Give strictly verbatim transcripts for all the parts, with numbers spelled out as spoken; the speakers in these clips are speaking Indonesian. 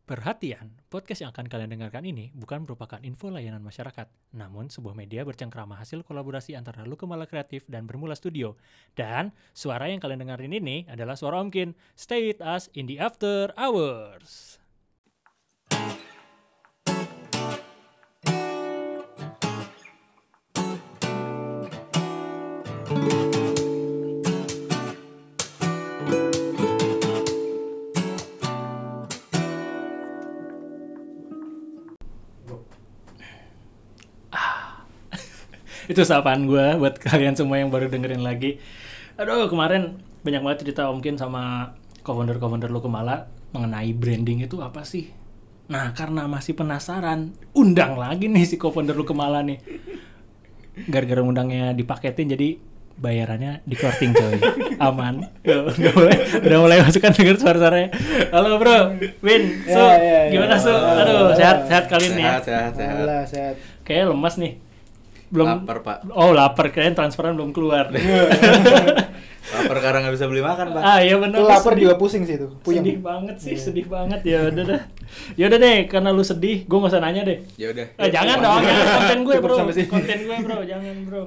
Perhatian, podcast yang akan kalian dengarkan ini bukan merupakan info layanan masyarakat, namun sebuah media bercengkrama hasil kolaborasi antara Lukemala Kreatif dan Bermula Studio. Dan suara yang kalian dengarin ini adalah suara Om Kin. Stay with us in the after hours. Itu sapaan gue buat kalian semua yang baru dengerin lagi. Aduh, kemarin banyak banget cerita Om Kin sama co-founder-co-founder Lukemala mengenai branding itu apa sih. Nah, karena masih penasaran, undang lagi nih si co-founder Lukemala nih. Gara-gara undangnya dipaketin, jadi bayarannya di-courting coy. Aman. Gak, gak boleh. Udah mulai masukkan denger suara-suaranya. Halo bro, Win, Su, ya, ya, ya. gimana Su? Aduh, sehat-sehat kali ini ya. Sehat, sehat, sehat. Alhamdulillah sehat. Kayaknya lemas nih. Belum Lapar, Pak. Oh, lapar, kirain transferan belum keluar. Lapar karena nggak bisa beli makan, Pak. Ah, iya benar. Itu lapar juga pusing sih itu. Puyeng. Sedih banget sih, sedih banget. Ya udah dah. Ya udah deh, karena lu sedih, gue nggak usah nanya deh. Ya udah. Eh, jangan dong, jangan konten gue, Cukup Bro. sampai sini. Konten gue, Bro. Jangan, Bro.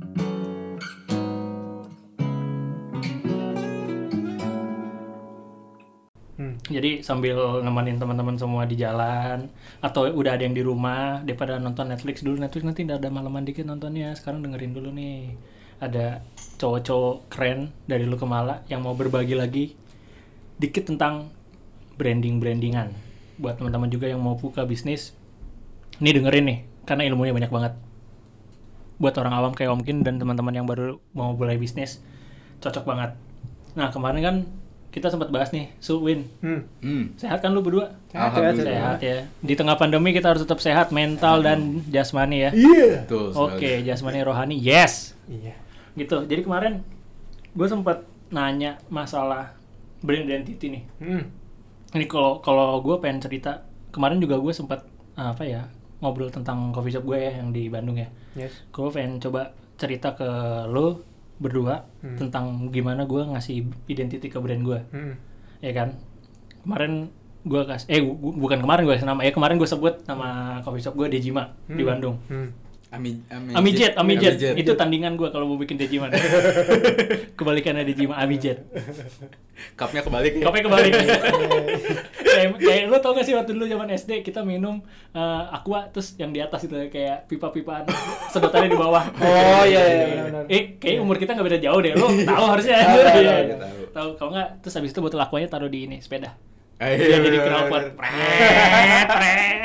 Hmm. Jadi sambil nemenin teman-teman semua di jalan atau udah ada yang di rumah daripada nonton Netflix dulu, Netflix nanti udah ada malaman dikit nontonnya. Sekarang dengerin dulu nih. Ada cowok-cowok keren dari Lukemala yang mau berbagi lagi dikit tentang branding-brandingan. Buat teman-teman juga yang mau buka bisnis, nih dengerin nih, karena ilmunya banyak banget. Buat orang awam kayak Om Kin dan teman-teman yang baru mau mulai bisnis, cocok banget. Nah, kemarin kan kita sempat bahas nih, Su, Win. Hmm. Hmm. Sehat kan lu berdua? Sehat, Alhamdulillah. Sehat ya. Di tengah pandemi kita harus tetap sehat mental dan jasmani ya. Iya. Betul. Oke, jasmani rohani. Yes. Iya. Gitu. Jadi kemarin gue sempat nanya masalah brand identity nih. Hmm. Ini kalau kalau gue pengen cerita, kemarin juga gue sempat apa ya, ngobrol tentang coffee shop gue ya yang di Bandung ya. Yes. Gue pengen coba cerita ke lu berdua Hmm. tentang gimana gue ngasih identity ke brand gue. Hmm. Ya kan, kemarin gue kasih eh gu- bukan kemarin gue kasih nama, eh kemarin gue sebut nama coffee shop gue Dejima di Hmm. Bandung. Hmm. Ami, ami, Amijet, Amijet, Amijet. itu tandingan gue kalau mau bikin Dejima. Kebalikannya Dejima, Amijet. Cupnya kebalik ya. Kopnya kebalik. kayak, kayak lo tau gak sih waktu dulu zaman S D kita minum uh, aqua terus yang di atas itu kayak pipa-pipaan sedotannya di bawah. Oh iya iya benar-benar. Eh kayak umur kita nggak beda jauh deh, lo tahu harusnya. Tahu, Iya. tahu, tahu. Tahu, tahu kalau nggak terus habis itu botol aquanya taruh di ini sepeda. Eh, Dia iya, jadi bener, knalpot. bener. Pret, pret.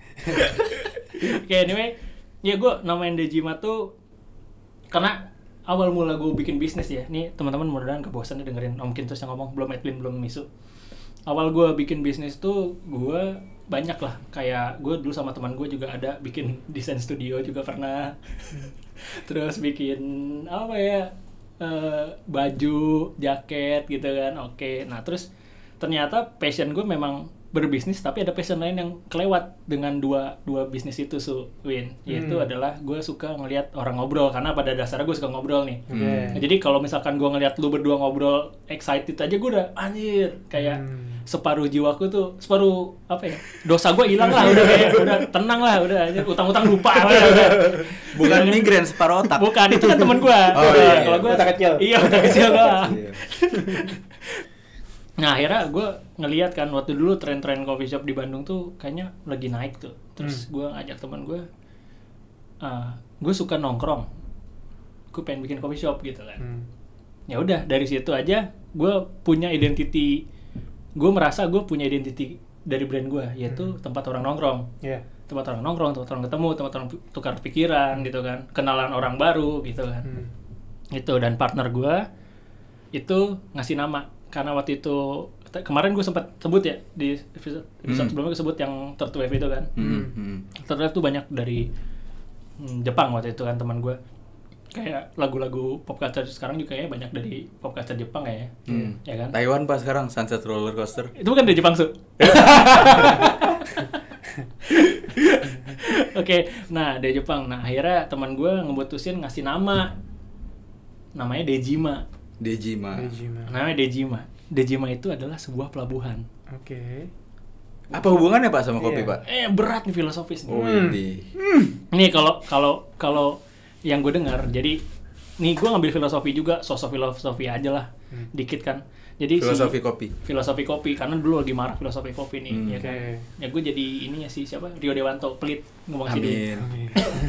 Oke, anyway, ya gue namain Dejima tuh karena awal mula gue bikin bisnis ya. Nih teman-teman mudah-mudahan kebosan nih dengerin Om Kin terus yang ngomong, belum Edwin, belum Misu. Awal gue bikin bisnis tuh gue banyak lah, kayak gue dulu sama teman gue juga ada bikin desain studio juga pernah. Terus bikin apa ya, eh, baju, jaket gitu kan. Oke, nah terus ternyata passion gue memang berbisnis, tapi ada passion lain yang kelewat dengan dua dua bisnis itu, Su, Win. Yaitu Hmm. adalah gue suka ngelihat orang ngobrol, karena pada dasarnya gue suka ngobrol nih. Oke. Nah, jadi kalau misalkan gue ngelihat lu berdua ngobrol excited aja, gue udah anjir, kayak Hmm. separuh jiwaku tuh, separuh apa ya, dosa gue hilang lah, udah kayak udah tenang lah, udah anjir, utang-utang lupa lah, udah. Bukan migrain, separuh otak. Bukan, itu kan temen gue. Oh, iya, Kalau iya. gue Otak kecil. Iya, otak kecil doang. Iya. Nah akhirnya gue ngeliat kan waktu dulu tren-tren coffee shop di Bandung tuh kayaknya lagi naik tuh. Terus gue ngajak teman gue, uh, gue suka nongkrong, gue pengen bikin coffee shop gitu kan. Hmm. Ya udah dari situ aja gue punya identity, gue merasa gue punya identity dari brand gue, yaitu tempat orang nongkrong. Iya. Tempat orang nongkrong, tempat orang ketemu, tempat orang pi- tukar pikiran gitu kan, kenalan orang baru gitu kan. Hmm. Itu, dan partner gue itu ngasih nama. Karena waktu itu kemarin gue sempat sebut ya di episode, episode Hmm. sebelumnya gue sebut yang Third Wave itu kan. Hmm, hmm. Third Wave tuh banyak dari hmm, Jepang waktu itu kan teman gue. Kayak lagu-lagu pop culture sekarang juga kayaknya banyak dari pop culture Jepang ya. Hmm. Ya kan? Taiwan pas sekarang Sunset Roller Coaster. Itu bukan dari Jepang, Su. Oke, nah dari Jepang. Nah akhirnya teman gue ngebutusin ngasih nama. Namanya Dejima. Dejima. Dejima. Namanya Dejima. Dejima itu adalah sebuah pelabuhan. Oke. Apa hubungannya Pak sama kopi Iya. Pak? Eh berat nih filosofis nih. Oh, Hmm. ini. Nih kalau kalau kalau yang gue dengar, jadi nih gue ngambil filosofi juga, sosok filosofi aja lah, Hmm. dikit kan. Jadi Filosofi si, kopi. filosofi kopi karena dulu lagi marah filosofi kopi nih, Hmm. ya kan. Oke. Ya gue jadi ininya sih siapa? Rio Dewanto pelit ngomong sini. Amin. Amin.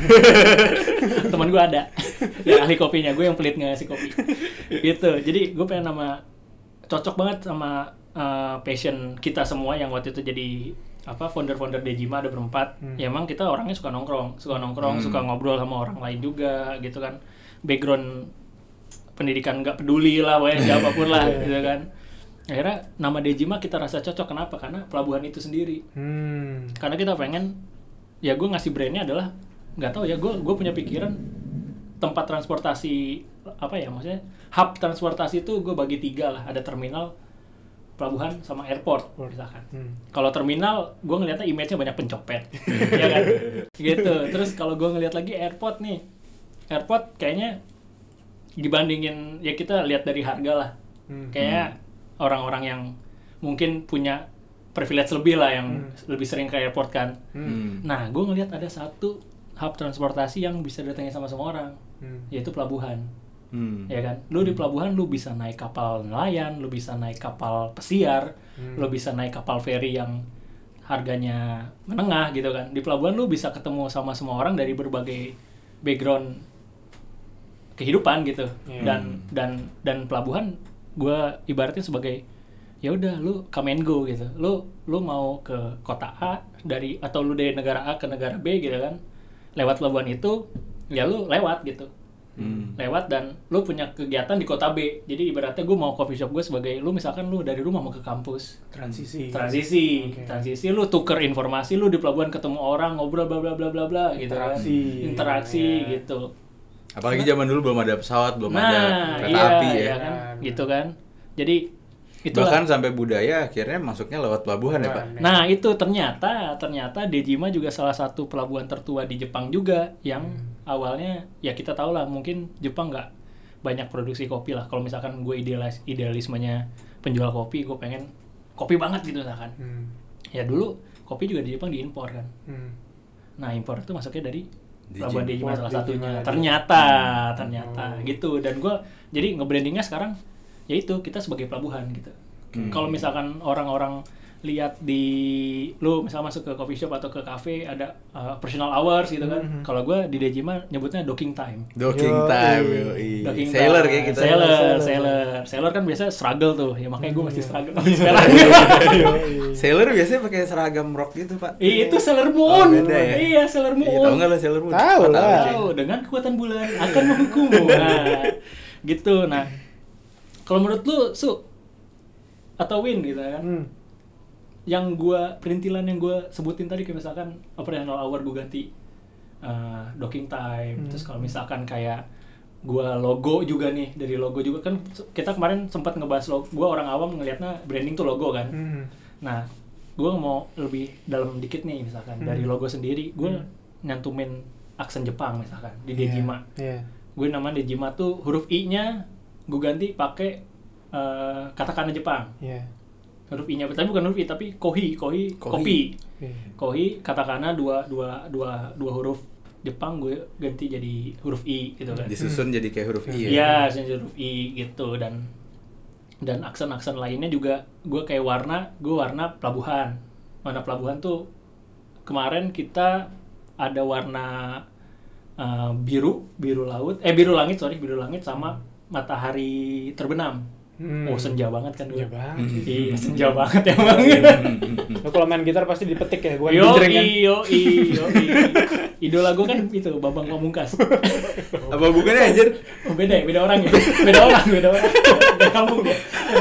Teman gue ada yang ahli kopinya, gue yang pelit ngasih kopi. Gitu. Jadi gue pengen nama cocok banget sama uh, passion kita semua yang waktu itu jadi apa founder-founder Dejima ada berempat. Hmm. Ya emang kita orangnya suka nongkrong, suka nongkrong, Hmm. suka ngobrol sama orang lain juga gitu kan. Background pendidikan nggak peduli lah, pokoknya jawab apapun lah gitu kan. Akhirnya nama Dejima kita rasa cocok, kenapa? Karena pelabuhan itu sendiri. Hmm. Karena kita pengen, ya gue ngasih brandnya adalah nggak tahu ya, gue gue punya pikiran tempat transportasi apa ya, maksudnya hub transportasi itu gue bagi tiga lah, ada terminal, pelabuhan, sama airport misalkan. Hmm. Kalau terminal gue ngeliatnya image-nya banyak pencopet, ya kan, gitu. Terus kalau gue ngeliat lagi airport nih, airport kayaknya dibandingin ya kita lihat dari harga lah, Hmm. kayak orang-orang yang mungkin punya privilege lebih lah, yang Hmm. lebih sering ke airport kan. Hmm. Nah, gue ngelihat ada satu hub transportasi yang bisa datangin sama semua orang, Hmm. yaitu pelabuhan. Hmm. Ya kan, lu di pelabuhan lu bisa naik kapal nelayan, lu bisa naik kapal pesiar, Hmm. lu bisa naik kapal feri yang harganya menengah gitu kan. Di pelabuhan lu bisa ketemu sama semua orang dari berbagai background kehidupan gitu. Yeah. Dan dan dan pelabuhan gue ibaratin sebagai ya udah lu come and go gitu. Lu lu mau ke kota A dari atau lu dari negara A ke negara B gitu kan. Lewat pelabuhan itu ya lu lewat gitu. Hmm. Lewat dan lu punya kegiatan di kota B. Jadi ibaratnya gue mau coffee shop gue sebagai lu, misalkan lu dari rumah mau ke kampus, Transisi. transisi, Oke. transisi lu tuker informasi, lu di pelabuhan ketemu orang, ngobrol bla bla bla bla bla gitu kan. Interaksi. Interaksi Ya. gitu. Apalagi zaman dulu belum ada pesawat, belum ada Nah, kereta iya, api ya. iya kan, gitu kan. Jadi itulah. Bahkan sampai budaya akhirnya masuknya lewat pelabuhan ya Pak. Nah, itu ternyata ternyata Dejima juga salah satu pelabuhan tertua di Jepang juga yang Hmm. awalnya ya kita tahu lah, mungkin Jepang nggak banyak produksi kopi lah. Kalau misalkan gue idealis idealismenya penjual kopi, gue pengen kopi banget gitu misalkan. Hmm. Ya dulu kopi juga di Jepang diimpor kan. Hmm. Nah, impor itu masuknya dari Di pelabuhan Jepang. Dejima salah Dejima satunya. aja. Ternyata, Hmm. ternyata Oh. gitu. Dan gue jadi nge-brandingnya sekarang yaitu kita sebagai pelabuhan gitu. Hmm. Kalau misalkan orang-orang lihat di lu misal masuk ke coffee shop atau ke cafe ada uh, personal hours gitu kan. Mhm. Kalau gue di Dejima nyebutnya docking time. Docking Yoi. time, yoi. Docking Sailor time. kayak kita. Sailor, Sailor. sailor. Sailor kan biasa struggle tuh. Ya makanya gue Hmm, mesti iya. struggle sampai sekarang. Sailor biasanya pakai seragam rock gitu Pak. Ih, itu Sailor Moon. Oh, beda ya? Iya, Sailor Moon. Iya, tahu nggak lo Sailor Moon? Tahu Oh, lah. cuy. Tahu, dengan kekuatan bulan akan menghukummu. Nah, gitu. Nah, kalau menurut lu, Su atau Win gitu kan, Hmm. yang gua perintilan yang gua sebutin tadi kayak misalkan operational hour gua ganti uh, docking time. Hmm. Terus kalau misalkan kayak gua logo juga nih, dari logo juga kan kita kemarin sempat ngebahas logo. Gua orang awam ngelihatnya branding tuh logo kan. Hmm. Nah, gue mau lebih dalam dikit nih, misalkan Hmm. dari logo sendiri, gue Hmm. nyantumin aksen Jepang misalkan di Dejima. Iya. Gue nama Dejima tuh huruf I-nya gue ganti pakai uh, katakana Jepang. Iya. Huruf I-nya, tapi bukan huruf I, tapi kohi, kohi, Kohi. kopi. Oke. Kohi, katakana dua dua dua dua huruf Jepang gue ganti jadi huruf I gitu kan. Disusun jadi kayak huruf I ya. Iya, jadi huruf I gitu. Dan dan aksen-aksen lainnya juga gue kayak warna, gue warna pelabuhan. Warna pelabuhan tuh kemarin kita ada warna uh, biru, biru laut, eh biru langit sorry, biru langit sama matahari terbenam. Hmm. Oh senja banget kan dulu. Senja banget. Hmm. Iya senja banget emang. Lo kalau main gitar pasti dipetik ya, bukan Yo dijreng kan? yo yo Idola gue kan itu Bambang Pamungkas. Apa bukannya anjir? Oh beda ya, beda orang ya, beda orang, beda orang, beda kampung ya.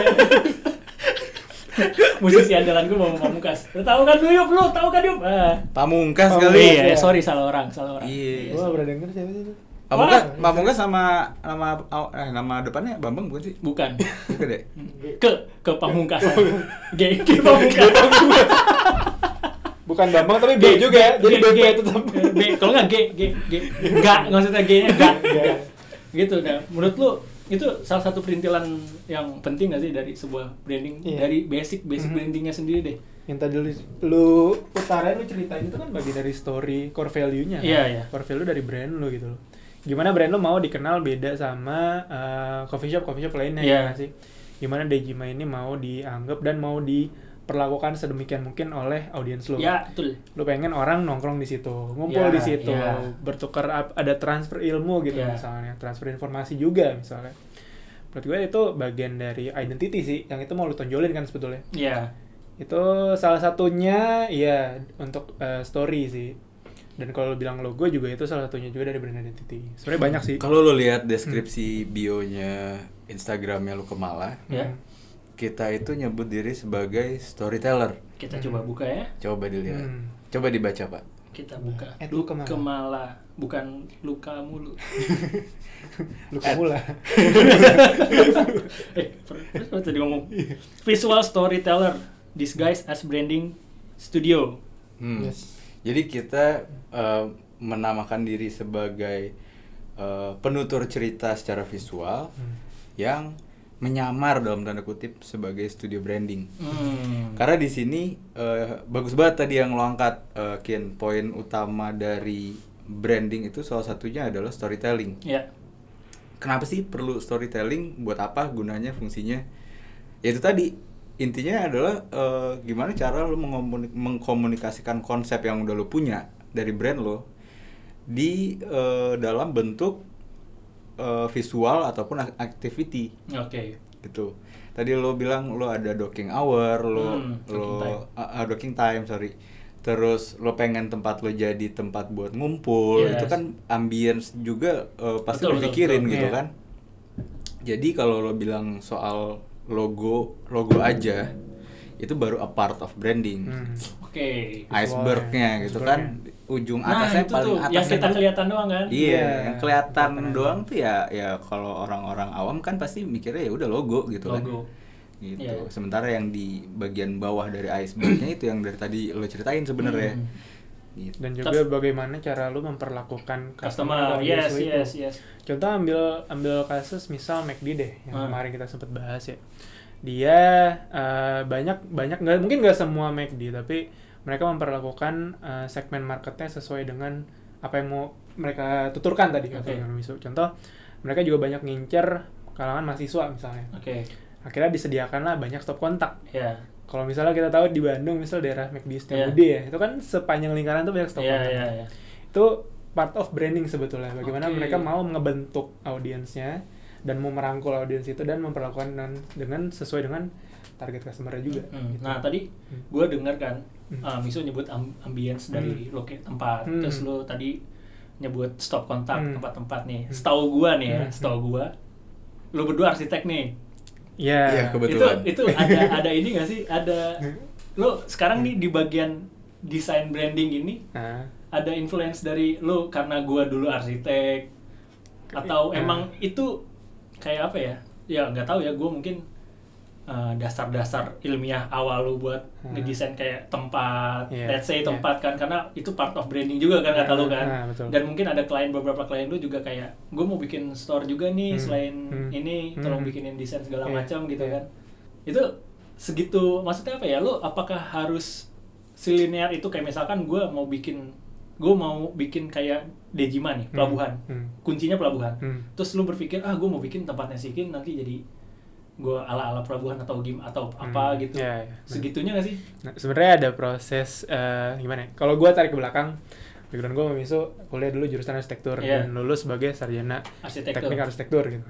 Musisi andalan gue Bambang Pamungkas. Lo tahu kan lu Yup, lu tahu kan Yup? Ah. Pamungkas Oh, kali. Iya, Iya. sorry salah orang, salah orang. Iya. Gua pernah denger siapa sih itu? Pamungkas, Wah. Pamungkas sama nama eh nama depannya Bambang bukan sih? Bukan. Bukan deh. Ke ke Pamungkasan. G G Pamungkas. Bukan Bambang tapi B juga ya. Jadi B P tetap. B, kalau nggak G G G. Enggak, maksudnya G-nya enggak. Enggak. Gitu dah. Menurut lu itu salah satu perintilan yang penting nggak sih dari sebuah branding, Iya. dari basic basic Mhm. brandingnya sendiri deh. Yang tadi lu, lu utarain, lu ceritain itu kan bagian dari story core value-nya kan? Iya, iya. Core value dari brand lu gitu loh. Gimana brand lu mau dikenal beda sama uh, coffee shop coffee shop lainnya Iya. ya nggak sih? Gimana Dejima ini mau dianggap dan mau diperlakukan sedemikian mungkin oleh audiens lu. Ya, betul. Lu pengen orang nongkrong di situ, ngumpul Ya, di situ, ya. bertukar ap- ada transfer ilmu gitu Ya. misalnya, transfer informasi juga misalnya. Menurut gue itu bagian dari identity sih, yang itu mau lu tonjolin kan sebetulnya. Iya. Itu salah satunya ya untuk uh, story sih. Dan kalau lu bilang logo juga itu salah satunya juga dari brand identity. Sebenarnya banyak sih. Kalau lo lihat deskripsi bio-nya Instagramnya lu Kemala, Ya. Hmm. kita itu nyebut diri sebagai storyteller. Kita coba buka ya. Coba dilihat. Hmm. Coba dibaca, Pak. Kita buka. At lu Kemala. Kemala, bukan luka mulu. Lu Kemula. eh, terus apa tadi ngomong? Visual storyteller disguised as branding studio. Hmm. Yes. Jadi kita uh, menamakan diri sebagai uh, penutur cerita secara visual Hmm. yang menyamar dalam tanda kutip sebagai studio branding. Hmm. Karena di sini uh, bagus banget tadi yang lo angkat, uh, Kian. Poin utama dari branding itu salah satunya adalah storytelling. Ya. Kenapa sih perlu storytelling? Buat apa gunanya, fungsinya? Ya itu tadi, intinya adalah uh, gimana cara lo mengomunik- mengkomunikasikan konsep yang udah lo punya dari brand lo di uh, dalam bentuk uh, visual ataupun ak- activity Oke. gitu. Tadi lo bilang lo ada docking hour, lo Hmm, lo docking time. uh, uh, docking time, sorry. Terus lo pengen tempat lo jadi tempat buat ngumpul, Yes. itu kan ambience juga uh, pasti Betul, lo betul, pikirin betul. gitu Iya. kan. Jadi kalau lo bilang soal logo, logo aja itu baru a part of branding. Hmm. Oke. Icebergnya gitu kan, ujung Nah, atasnya itu paling tuh atasnya yang kita tuh- kelihatan doang kan? Iya, Iya, yang kelihatan kelihatan doang tuh ya ya kalau orang-orang awam kan pasti mikirnya ya udah logo gitu kan. Logo. Gitu. Iya. Sementara yang di bagian bawah dari icebergnya itu yang dari tadi lo ceritain sebenarnya. Hmm. Gitu. Dan juga bagaimana cara lu memperlakukan Customer, audiens yes, lu itu. yes, yes. Contoh ambil ambil kasus misal McD deh yang Hmm. kemarin kita sempat bahas ya. Dia uh, banyak banyak nggak mungkin nggak semua McD tapi mereka memperlakukan uh, segmen marketnya sesuai dengan apa yang mau mereka tuturkan tadi kata Oke. Bang Misu. Contoh mereka juga banyak ngincer kalangan mahasiswa misalnya. Oke. Akhirnya disediakanlah banyak stop kontak. Ya. Kalau misalnya kita tahu di Bandung misal daerah McD Setiabudi ya, itu kan sepanjang lingkaran tuh banyak stop Iya, kontak. iya, iya. Itu part of branding sebetulnya. Bagaimana Oke. mereka mau ngebentuk audiensnya dan mau merangkul audiens itu dan memperlakukan dengan, dengan sesuai dengan target customer-nya juga. Hmm. gitu. Nah, tadi Hmm. gue dengar kan Hmm. uh, Miso nyebut am- ambience dari loke tempat. Hmm. Terus lo tadi nyebut stop kontak Hmm. tempat-tempat nih. Hmm. Setahu gua nih ya, Hmm. setahu gua lo berdua arsitek nih. Iya. Iya, Itu kebetulan. itu ada ada ini nggak sih? Ada lo sekarang nih di bagian desain branding ini Nah, ada influence dari lo karena gua dulu arsitek atau Nah. emang itu kayak apa ya? Ya nggak tahu ya, gua mungkin uh, dasar-dasar ilmiah awal lu buat Hmm. ngedesain kayak tempat, Iya, let's say iya. tempat kan, karena itu part of branding juga kan kata lu kan. Nah, betul. Dan mungkin ada klien, beberapa klien lu juga kayak, gue mau bikin store juga nih Hmm. selain Hmm. ini, Hmm. tolong bikinin desain segala Iya, macam gitu iya. kan. Itu segitu, maksudnya apa ya? Lu apakah harus selinear itu kayak misalkan gue mau bikin, gue mau bikin kayak Dejima nih, Hmm. pelabuhan, Hmm. kuncinya pelabuhan. Hmm. Terus lu berpikir, ah gue mau bikin tempatnya Sikin nanti jadi gue ala-ala pelabuhan atau gim atau apa Hmm. gitu. Iya, iya. Segitunya gak sih? Nah, sebenarnya ada proses eh, gimana ya? Kalau gue tarik ke belakang, background gue sama Misu kuliah dulu jurusan arsitektur Iya. dan lulus sebagai sarjana Arsitektur. teknik arsitektur gitu.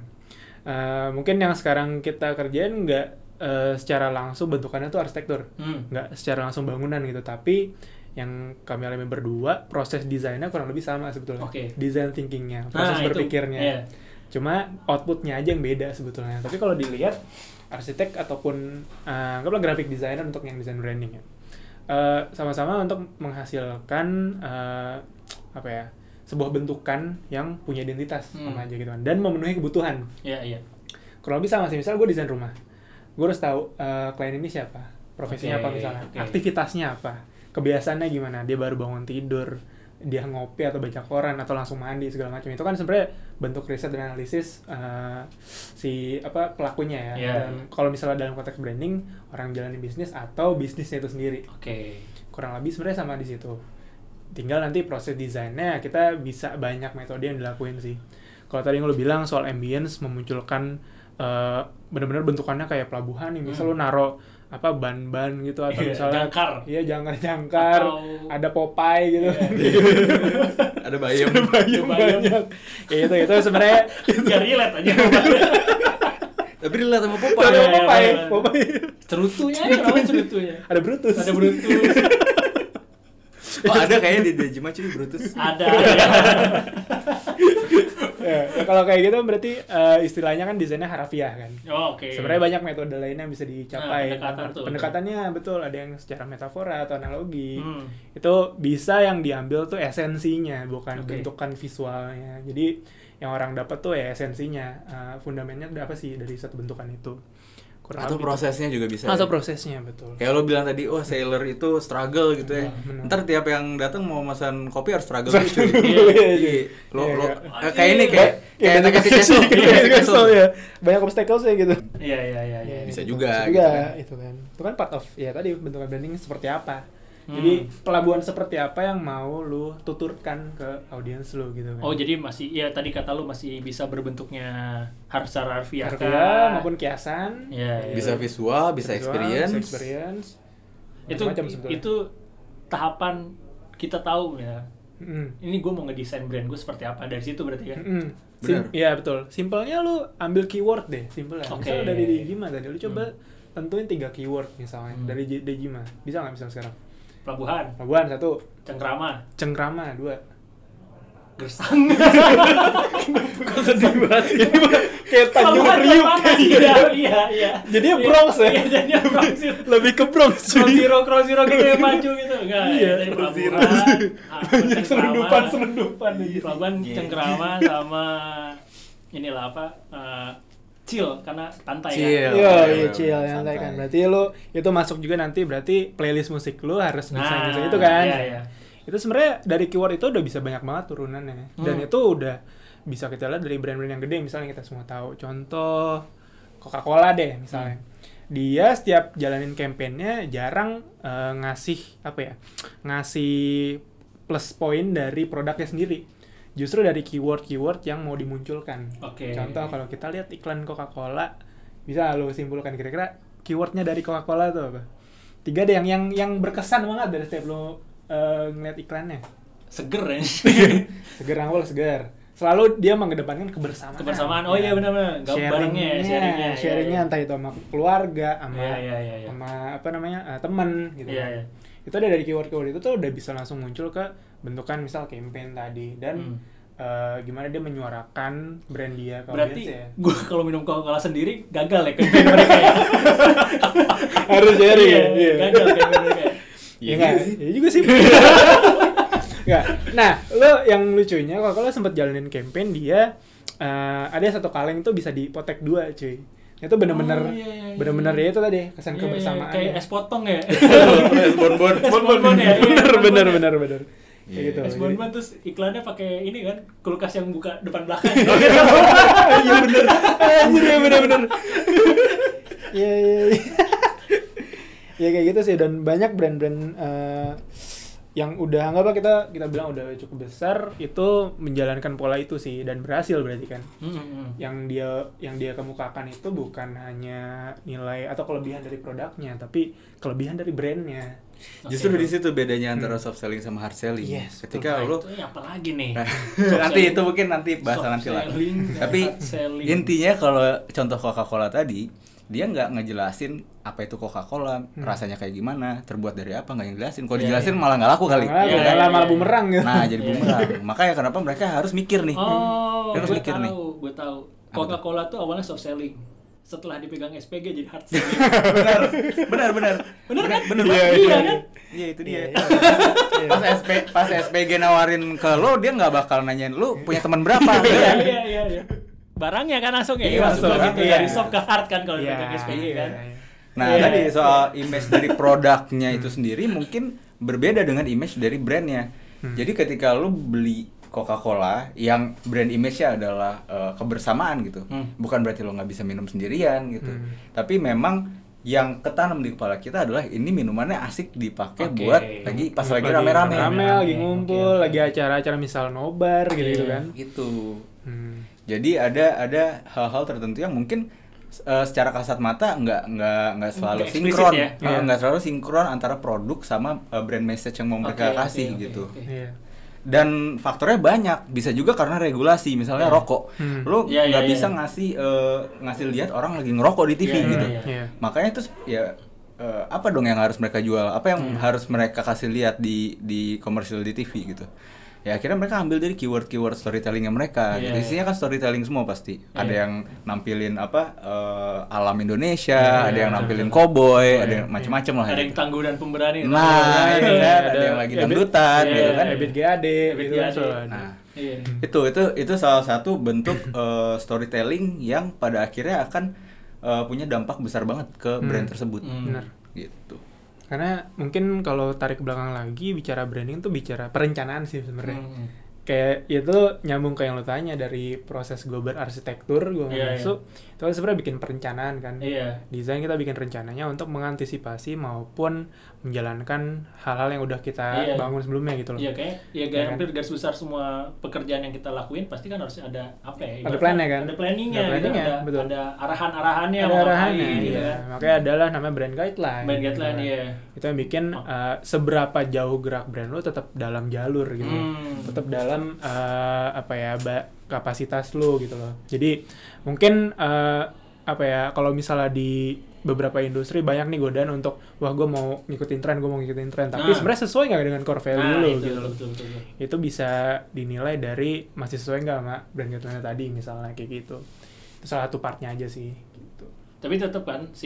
Eh, mungkin yang sekarang kita kerjain nggak eh, secara langsung bentukannya tuh arsitektur, Hmm. nggak secara langsung bangunan gitu, tapi yang kami alami berdua proses desainnya kurang lebih sama sebetulnya. Oke. Design thinkingnya, proses Nah, itu, berpikirnya. iya. Cuma outputnya aja yang beda sebetulnya. Tapi kalau dilihat arsitek ataupun uh, anggaplah graphic designer untuk yang desain branding ya, uh, sama-sama untuk menghasilkan uh, apa ya, sebuah bentukan yang punya identitas Hmm. sama aja gitu kan, dan memenuhi kebutuhan. Iya, iya. Kalau lebih sama sih, misal gue desain rumah, gue harus tahu uh, klien ini siapa, profesinya Oke, apa misalnya, oke. aktivitasnya apa, kebiasaannya gimana, dia baru bangun tidur, dia ngopi atau baca koran atau langsung mandi segala macam, itu kan sebenarnya bentuk riset dan analisis uh, si apa pelakunya ya. Yeah. Dan kalau misalnya dalam konteks branding, orang jalani bisnis atau bisnisnya itu sendiri. Oke. Okay. Kurang lebih sebenarnya sama di situ. Tinggal nanti proses desainnya kita bisa banyak metode yang dilakuin sih. Kalau tadi yang lu bilang soal ambience memunculkan uh, benar-benar bentukannya kayak pelabuhan nih, misal hmm. lu naro apa ban-ban gitu atau misalnya jangkar. Iya, jangkar-jangkar, atau... ada Popeye gitu. Yeah. Ada bayam. Ada bayam banyak. Ya itu itu sebenarnya enggak relate aja. Tapi relate sama Popeye. Ada Popeye, Popeye. Cerutunya ya, namanya cerutunya. Ada Brutus. Ada Brutus. Oh, ada kayaknya di Dejima cuy Brutus. Ada. ya, ya kalau kayak gitu berarti uh, istilahnya kan desainnya harafiah kan. Oh, oke. Okay. Sebenarnya banyak metode lainnya yang bisa dicapai. Nah, pendekatan tuh, pendekatannya betul. betul, ada yang secara metafora atau analogi. Hmm. Itu bisa yang diambil tuh esensinya, bukan okay. bentukan visualnya. Jadi yang orang dapat tuh ya esensinya, uh, fundamennya apa sih dari satu bentukan itu. Kurang atau prosesnya itu. Juga bisa. Atau ya? prosesnya betul. Kayak lo bilang tadi, wah sailor itu struggle gitu ya. Benar. Ntar tiap yang datang mau pesan kopi harus struggle gitu. Iya. Lo Iya, lo iya. kayak ini kayak kayak Iya, kasih kasih castle, castle ya. Banyak obstacles ya gitu. Iya iya iya iya. Bisa gitu. juga Bisa gitu juga kan. itu kan. Itu kan part of ya tadi bentukan branding seperti apa. Hmm. Jadi pelabuhan seperti apa yang mau lu tuturkan ke audiens lu gitu kan. Oh, jadi masih ya tadi kata lu masih bisa berbentuknya harus secara harfiah harfiah maupun kiasan. Ya, ya. Bisa visual, bisa Visual, experience. bisa experience. Itu Macam-macam sebetulnya. itu tahapan kita tahu ya. Mm. Ini gue mau ngedesain brand gue seperti apa dari situ berarti ya. Mm-mm. Benar. Sim- Iya betul. Simpelnya lu ambil keyword deh, simpelnya. Oke. Misal dari Dejima tadi, lu coba Hmm. tentuin tiga keyword misalnya Hmm. dari J- Dejima. Bisa nggak misalnya sekarang? Pelabuhan, Pelabuhan satu, cengkrama, cengkrama dua. gersang. Kok sedih banget sih? Kayak Tanjung Pelabuhan Priuk. mana sih? Iya iya iya. Jadinya Iya, Bronx ya? Iya, jadinya Bronx. Lebih ke Bronx Cross cuy. zero, cross zero gitu yang maju gitu. Enggak, Iya, ya, dari cross zero. pelabuhan, ah, Banyak cengkrama. selundupan selundupan nih. Pelabuhan Iya. cengkrama sama inilah apa? eh, chill karena pantai Chill. kan. Iya, Oh, iya, iya, chill bener, yang santai. kan. Berarti lu itu masuk juga nanti berarti playlist musik lu harus bisa Nah, gitu itu kan. iya, iya. Itu sebenarnya dari keyword itu udah bisa banyak banget turunannya. Dan Hmm. itu udah bisa kita lihat dari brand-brand yang gede misalnya kita semua tahu. Contoh Coca-Cola deh misalnya. Hmm. Dia setiap jalanin campaign-nya jarang eh, ngasih apa ya? Ngasih plus point dari produknya sendiri. Justru dari keyword-keyword yang mau dimunculkan. Oke. Contoh kalau kita lihat iklan Coca-Cola, bisa lo simpulkan kira-kira keywordnya dari Coca-Cola itu apa? Tiga deh yang yang yang berkesan banget dari setiap lo uh, ngeliat iklannya. Seger ya. Seger awal seger. Selalu dia mengedepankan kebersamaan. Kebersamaan. Oh iya benar-benar. Gabung barengnya ya, sharingnya. Iya, sharingnya iya. entah itu sama keluarga, sama Iya, iya, iya, iya. sama apa namanya uh, teman gitu. Iya, kan. iya. Itu ada dari keyword-keyword itu tuh udah bisa langsung muncul ke bentukan misal campaign tadi dan Hmm. uh, gimana dia menyuarakan brand dia ke Berarti audiens ya. gue kalau minum Coca-Cola sendiri gagal ya campaign mereka ya. Harus sharing Iya, ya. Iya. gagal campaign mereka. Iya enggak sih. Iya juga sih. Enggak. Nah, lo yang lucunya kalau lo sempat jalanin campaign dia uh, ada satu kaleng tuh bisa dipotek dua, cuy. Itu bener-bener Oh, iya, iya, iya. bener-bener ya itu tadi kesan Iya, kebersamaan. kayak es potong ya. Es bonbon. Es bonbon ya. Iya, bener, es bener, bonbon ya. bener, bener. Kayak Iya. gitu. Es bonbon terus iklannya pakai ini kan kulkas yang buka depan belakang. Iya bener. Anjir ya bener-bener. Iya, iya, iya. Ya kayak gitu sih dan banyak brand-brand uh, yang udah anggaplah kita kita bilang udah cukup besar itu menjalankan pola itu sih dan berhasil berarti kan. Hmm. Yang dia yang dia kemukakan itu bukan hanya nilai atau kelebihan dari produknya tapi kelebihan dari brandnya. Justru Oke. di situ bedanya antara soft selling sama hard selling. Yes, Ketika Nah, lo itu apa lagi nih? nanti itu mungkin nanti bahasa Soft nanti lah. selling dan Tapi hard selling. intinya kalau contoh Coca-Cola tadi, dia nggak ngejelasin apa itu Coca-Cola, Hmm. rasanya kayak gimana, terbuat dari apa, nggak ngejelasin. Kalau Iya, dijelasin iya. malah nggak laku kali. Malah, Iya, malah, iya, malah iya. bumerang gitu. Nah, jadi Iya, bumerang. Makanya kenapa mereka harus mikir nih. Oh, Dia harus gue mikir tahu, nih. gue tahu. Apa Coca-Cola tuh awalnya soft selling. Setelah dipegang S P G jadi hard selling. benar, benar, benar. Bener kan? Bener Iya, banget. iya kan? Iya, itu dia. Iya, iya. Pas S P pas S P G nawarin ke lo, dia nggak bakal nanyain lu punya teman berapa. Iya, iya, iya, iya. Barangnya kan langsung ya, Iya, masuk langsung. gitu Iya. dari soft ke hard kan kalau Iya, dipegang S P G iya, kan. iya. Nah, Iya. tadi soal image dari produknya itu sendiri mungkin berbeda dengan image dari brandnya. Hmm. Jadi ketika lu beli Coca-Cola yang brand image-nya adalah uh, kebersamaan gitu, Hmm. bukan berarti lo nggak bisa minum sendirian gitu, Hmm. tapi memang yang ketanam di kepala kita adalah ini minumannya asik dipakai Oke. buat lagi pas lagi rame-rame. rame, lagi Oke, ngumpul, oke. lagi acara-acara misal nobar gitu, gitu Iya. kan. Gitu. Hmm. Jadi ada ada hal-hal tertentu yang mungkin uh, secara kasat mata nggak nggak nggak selalu Nggak eksplisit sinkron, ya? Uh, Iya. nggak selalu sinkron antara produk sama uh, brand message yang mau mereka Oke, kasih oke, oke, gitu. oke. Iya. Dan faktornya banyak, bisa juga karena regulasi, misalnya Iya. rokok, Hmm. lo Iya, nggak iya, bisa iya. ngasih uh, ngasih lihat orang lagi ngerokok di T V Iya, gitu. iya, Iya. Makanya itu ya uh, apa dong yang harus mereka jual, apa yang Hmm. harus mereka kasih lihat di di komersial di T V gitu. Ya akhirnya mereka ambil dari keyword-keyword storytellingnya mereka. Iya, Jadi isinya kan storytelling semua pasti. Iya. Ada yang nampilin apa uh, alam Indonesia, Iya, ada yang betul, nampilin betul. cowboy, Iya, ada yang iya. macam-macam lah. Ada yang gitu. tangguh dan pemberani. Nah, Iya, itu iya, kan ada ada yang lagi Ebit- dangdutan iya, gitu kan. Ebit G A D Ebit gitu G A kan. D. soalnya. Nah, Iya. itu itu itu salah satu bentuk uh, storytelling yang pada akhirnya akan uh, punya dampak besar banget ke Hmm. brand tersebut. Hmm. Benar. Gitu. Karena mungkin kalau tarik ke belakang lagi bicara branding tuh bicara perencanaan sih sebenarnya. Hmm. Kayak itu nyambung ke yang lo tanya dari proses gue berarsitektur, gue Iya, masuk, itu kan sebenarnya bikin perencanaan kan. Iya. Desain kita bikin rencananya untuk mengantisipasi maupun menjalankan hal-hal yang udah kita Iya. bangun sebelumnya gitu loh. Iya kayak ya Ya garis kan? hampir garis besar semua pekerjaan yang kita lakuin pasti kan harus ada apa ya? Ada ibaratnya plan-nya kan? Ada planningnya, Ada planningnya, gitu, ada, betul. ada arahan-arahannya, Ada mau arahannya, ngapain, gitu iya. kan. Makanya adalah namanya brand guideline. Brand gitu guideline kan. iya. Itu yang bikin Oh. uh, seberapa jauh gerak brand lo tetap dalam jalur gitu. Hmm. Tetap dalam uh, apa ya ba- kapasitas lo gitu loh. Jadi mungkin uh, apa ya kalau misalnya di beberapa industri banyak nih godaan untuk wah gue mau ngikutin tren, gue mau ngikutin tren, tapi Nah. sebenarnya sesuai nggak dengan core value Nah, lo itu, gitu betul, loh. betul, betul, betul. Itu bisa dinilai dari masih sesuai nggak sama brand guideline tadi misalnya kayak gitu. Itu salah satu partnya aja sih gitu. Tapi tetap kan si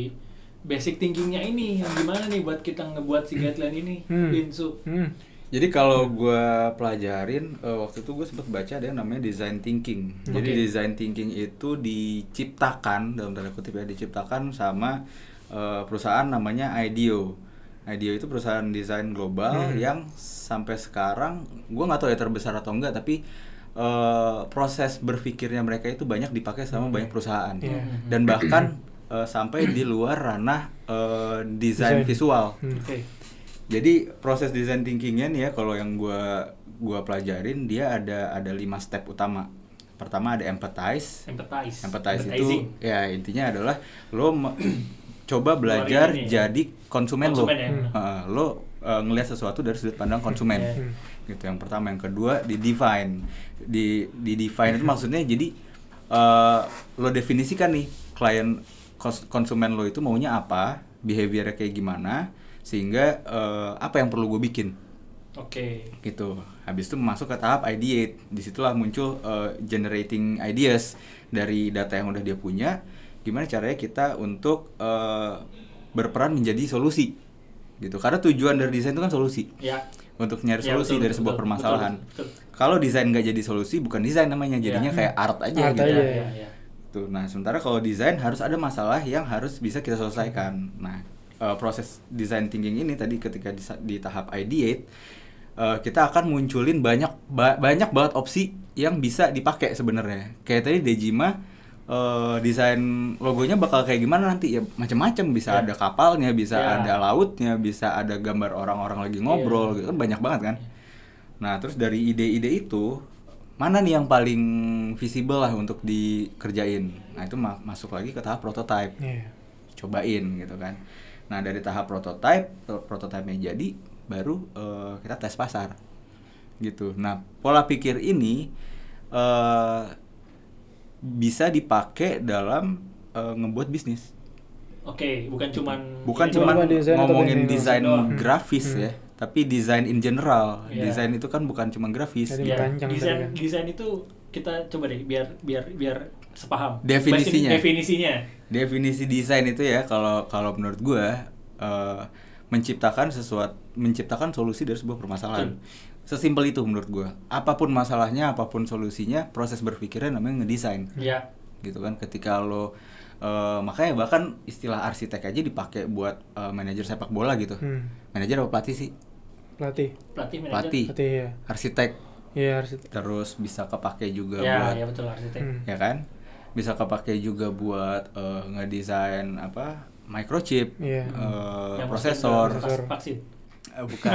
basic thinkingnya ini yang gimana nih buat kita ngebuat si guideline ini, Hmm. Binsu. Hmm. Jadi kalau gue pelajarin uh, waktu itu gue sempat baca ada yang namanya design thinking. Jadi Oke. design thinking itu diciptakan dalam tanda kutip ya diciptakan sama uh, perusahaan namanya IDEO. IDEO itu perusahaan desain global Hmm. yang sampai sekarang gue nggak tahu ya terbesar atau enggak tapi uh, proses berpikirnya mereka itu banyak dipakai sama Hmm. banyak perusahaan Iya. dan bahkan uh, sampai di luar ranah uh, desain Desain. visual. Hmm. Oke. Jadi proses design thinkingnya nih ya kalau yang gua gua pelajarin dia ada ada lima step utama. Pertama ada empathize. Empathize. Empathize Empathizing. itu ya intinya adalah lo me- coba belajar Keluarin ini ya. jadi konsumen, Konsumen lo. ya. Hmm. Heeh, lo uh, ngelihat sesuatu dari sudut pandang konsumen. Iya. Hmm. Gitu yang pertama, yang kedua di define. Di di define itu maksudnya jadi uh, lo definisikan nih klien kons- konsumen lo itu maunya apa, behaviornya kayak gimana sehingga uh, apa yang perlu gue bikin Oke. gitu. Habis itu masuk ke tahap ideate. Disitulah muncul uh, generating ideas dari data yang udah dia punya. Gimana caranya kita untuk uh, berperan menjadi solusi gitu. Karena tujuan dari desain itu kan solusi. Ya. Untuk nyari Ya, solusi betul, dari betul, sebuah betul, permasalahan. betul, betul. Kalau desain nggak jadi solusi, bukan desain namanya, jadinya Ya. kayak art aja Art gitu. aja. Ya, ya, ya. Tuh, nah sementara kalau desain harus ada masalah yang harus bisa kita selesaikan. Nah, uh, proses design thinking ini tadi ketika di, di tahap ideate, uh, kita akan munculin banyak ba- banyak banget opsi yang bisa dipakai sebenarnya. Kayak tadi Dejima uh, desain logonya bakal kayak gimana nanti ya macam-macam, bisa Ya. ada kapalnya, bisa Ya. ada lautnya, bisa ada gambar orang-orang lagi ngobrol Ya. gitu kan banyak banget kan. Nah, terus dari ide-ide itu mana nih yang paling visible lah untuk dikerjain. Nah, itu ma- masuk lagi ke tahap prototype. Iya. Cobain gitu kan. Nah, dari tahap prototype, pro- prototype-nya jadi baru uh, kita tes pasar. Gitu. Nah, pola pikir ini uh, bisa dipakai dalam uh, ngebuat bisnis. Oke, bukan cuman Bukan ini cuman cuma desain atau ngomongin branding desain doang. grafis Hmm. ya, tapi desain in general. Iya. Desain itu kan bukan cuma grafis. Jadi Ya, merancang desain tadi kan. desain itu kita coba deh biar biar biar sepaham. Definisinya. Bahasa- Definisinya. Definisi desain itu ya kalau kalau menurut gua uh, menciptakan sesuatu menciptakan solusi dari sebuah permasalahan. Sesimpel itu menurut gua. Apapun masalahnya, apapun solusinya, proses berpikirnya namanya ngedesain. Ya. Gitu kan. Ketika lo uh, makanya bahkan istilah arsitek aja dipakai buat uh, manajer sepak bola gitu. Hmm. Manajer apa pelatih sih? Pelatih. Pelatih, manajer. pelatih, Pelatih ya. arsitek, Iya harus. terus bisa kepake juga Ya, buat ya betul arsitek. Hmm. ya kan, bisa kepake juga buat eh, ngedesain apa microchip, Iya. eh, Yang prosesor, masukin ke Prosesor. vaksin. Eh, bukan.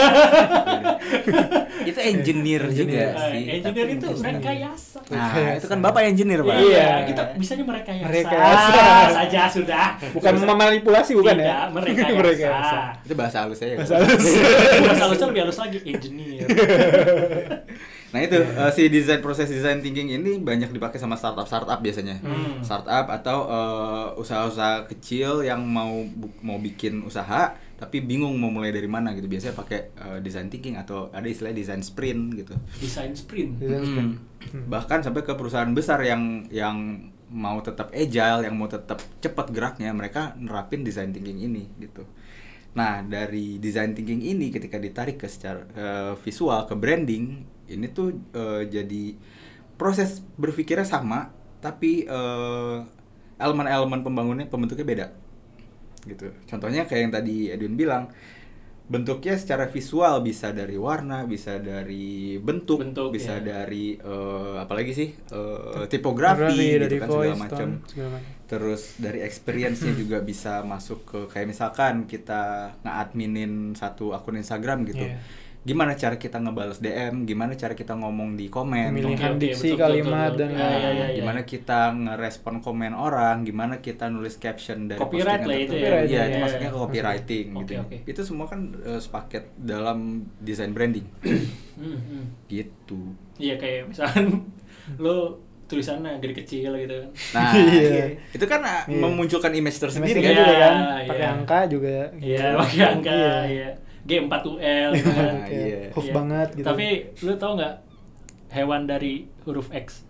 Itu engineer juga Engineer. Eh, sih. engineer tapi itu mungkin- rekayasa. Nah, Rekayasa. itu kan bapak engineer pak. Iya. kita bisanya merekayasa. Merekayasa. saja sudah. Bukan memanipulasi bukan Tidak, ya? merekayasa. Merekayasa. Itu bahasa halus aja. Bahasa Pak. halus. Bahasa halusnya lebih halus lagi, engineer. Nah itu eh, si desain proses design thinking ini banyak dipakai sama startup startup biasanya, Hmm. startup atau eh, usaha-usaha kecil yang mau bu- mau bikin usaha tapi bingung mau mulai dari mana gitu, biasanya pakai eh, design thinking atau ada istilah design sprint gitu. Desain sprint. Design sprint. Hmm. Bahkan sampai ke perusahaan besar yang yang mau tetap agile, yang mau tetap cepat geraknya, mereka nerapin design thinking ini gitu. Nah dari design thinking ini ketika ditarik ke secara ke visual, ke branding, ini tuh eh, jadi proses berpikirnya sama, tapi eh, elemen-elemen pembangunnya pembentuknya beda gitu. Contohnya kayak yang tadi Edwin bilang, bentuknya secara visual bisa dari warna, bisa dari bentuk, Bentuk, bisa ya. dari eh, apalagi sih eh, Fotografi, tipografi gitu dari kan, voice, segala macam. tone, segala macam. Terus dari experience-nya juga bisa masuk ke kayak misalkan kita nge-adminin satu akun Instagram gitu. Iya. Gimana cara kita ngebales D M, gimana cara kita ngomong di komen, Pemilihan Oke, oke, diksi, betul, kalimat betul, dan betul. Ya, ya, ya, ya. gimana kita ngerespon komen orang, gimana kita nulis caption dari Copyright postingan lah itu tertentu. ya. Iya, itu Iya, masuknya iya. ke copywriting Oke, gitu. oke. Itu semua kan eh, sepaket dalam desain branding. Hmm, hmm. Gitu. Iya kayak misalkan lo tulisannya gede kecil gitu kan. Nah, Iya. itu kan ah, Iya. memunculkan image tersendiri Sendiri kan. juga kan, Iya. pakai angka juga. Iya, gitu. pakai angka, Iya. iya. G empat U L gitu kan. Nah, Kayak iya. hoof Iya. banget gitu. Tapi lu tau nggak hewan dari huruf X?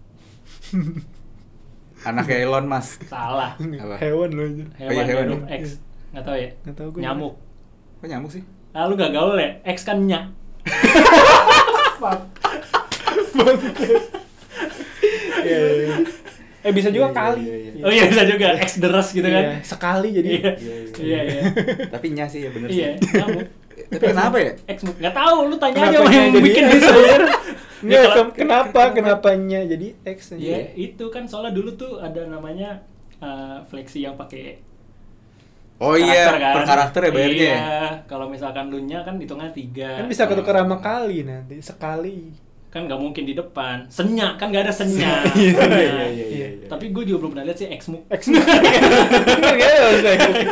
Anaknya Elon Musk. Salah. Apa? Hewan loh aja. Hewan iya, dari hewan huruf ya? X. Nggak tahu ya? Nggak tahu gue. Nyamuk. Kok nyamuk sih? Ah, lu gak gaul ya? X kan nyak. Iya, iya, iya. Eh bisa juga Iya, kali. iya, iya. Oh iya bisa juga X deres gitu kan. Iya, sekali jadi. Iya. Iya, iya. Iya, iya. Tapi nya sih ya bener Iya, sih. nyamuk. Tapi kenapa ya? X nggak tahu, lu tanya Kenapa aja sama yang jadi bikin X, gitu. anjir? Nggak, Ya, kalau- ke- kenapa kenapanya jadi X aja? Ya itu kan soalnya dulu tuh ada namanya uh, fleksi yang pakai Oh iya, karakter kan. per karakter ya bayarnya. Iya, ya? kalau misalkan lu nya kan hitungnya tiga. Kan bisa ketukar sama kali nanti sekali. Kan nggak mungkin di depan. Senya kan nggak ada senya. Iya, Nah, iya, iya, iya, iya. Tapi gue juga belum pernah lihat sih X-Muk. X bener ya bisa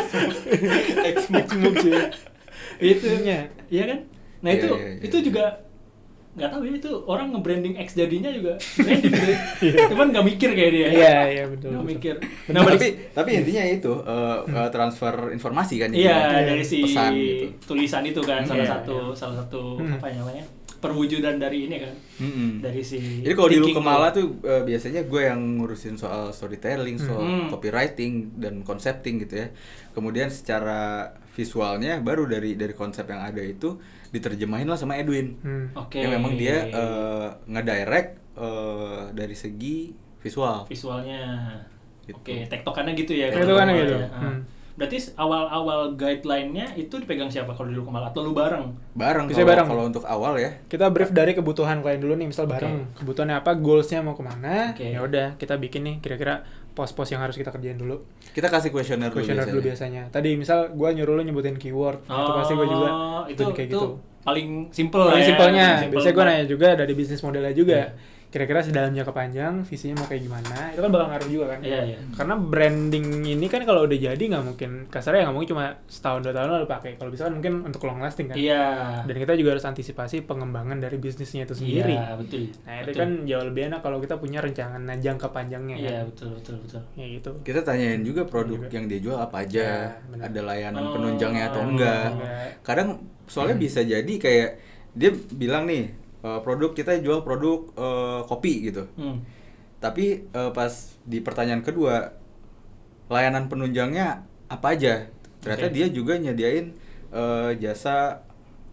X muk sih. itu Nya. iya kan. Nah Iya, itu iya, iya. itu juga nggak tahu ya, itu orang nge-branding X jadinya juga branding gitu. Cuman nggak mikir kayak dia. Iya, iya betul. Nggak betul. mikir. Nah, tapi tapi intinya itu eh, eh, transfer informasi kan Hmm. Iya, intinya. dari si pesan gitu. tulisan itu kan salah Iya, satu salah satu Hmm. apa namanya? Perwujudan dari ini kan. Mm-mm. Dari si Jadi kalau di thinking Lukemala tuh. tuh eh, biasanya gue yang ngurusin soal storytelling, soal Hmm. copywriting dan concepting gitu ya. Kemudian secara visualnya baru dari dari konsep yang ada itu diterjemahin lah sama Edwin. Hmm. Oke. Yang memang dia eh, ngedirect eh, dari segi visual. visualnya. Gitu. Oke, tektokannya gitu ya. Tektokannya kalau Lukemala gitu. ya. Ah. Hmm. Berarti awal-awal guideline-nya itu dipegang siapa kalau di Lukemala atau lu bareng? Bareng Bisa kalau bareng. kalau untuk awal ya. Kita brief dari kebutuhan klien dulu nih, misal bareng kebutuhannya apa, goalsnya mau kemana, Oke. ya udah kita bikin nih kira-kira pos-pos yang harus kita kerjain dulu. Kita kasih kuesioner dulu Questionnaire dulu biasanya. biasanya. Tadi misal gue nyuruh lu nyebutin keyword, itu pasti gue juga Oh, itu bikin kayak itu gitu. paling simple lah Paling ya. simpelnya, Simple biasanya gue banget. nanya juga dari bisnis modelnya juga. Iya. Kira-kira sedalamnya kepanjang, visinya mau kayak gimana, itu kan bakal ngaruh juga kan. Iya, iya. Karena branding ini kan kalau udah jadi nggak mungkin, kasarnya nggak mungkin cuma setahun dua tahun lalu pakai. Kalau bisa kan mungkin untuk long lasting kan. Iya. Dan kita juga harus antisipasi pengembangan dari bisnisnya itu sendiri. Iya, betul. Nah itu Betul. kan jauh lebih enak kalau kita punya rencana jangka panjangnya Iya, kan. betul, betul, betul. Ya gitu. Kita tanyain juga produk Juga. yang dia jual apa aja, Ya, benar. ada layanan Oh, penunjangnya atau oh, enggak. enggak. Kadang soalnya bisa jadi kayak dia bilang nih eh, produk kita jual produk eh, kopi gitu, Hmm. tapi eh, pas di pertanyaan kedua layanan penunjangnya apa aja, ternyata Oke. dia juga nyediain eh, jasa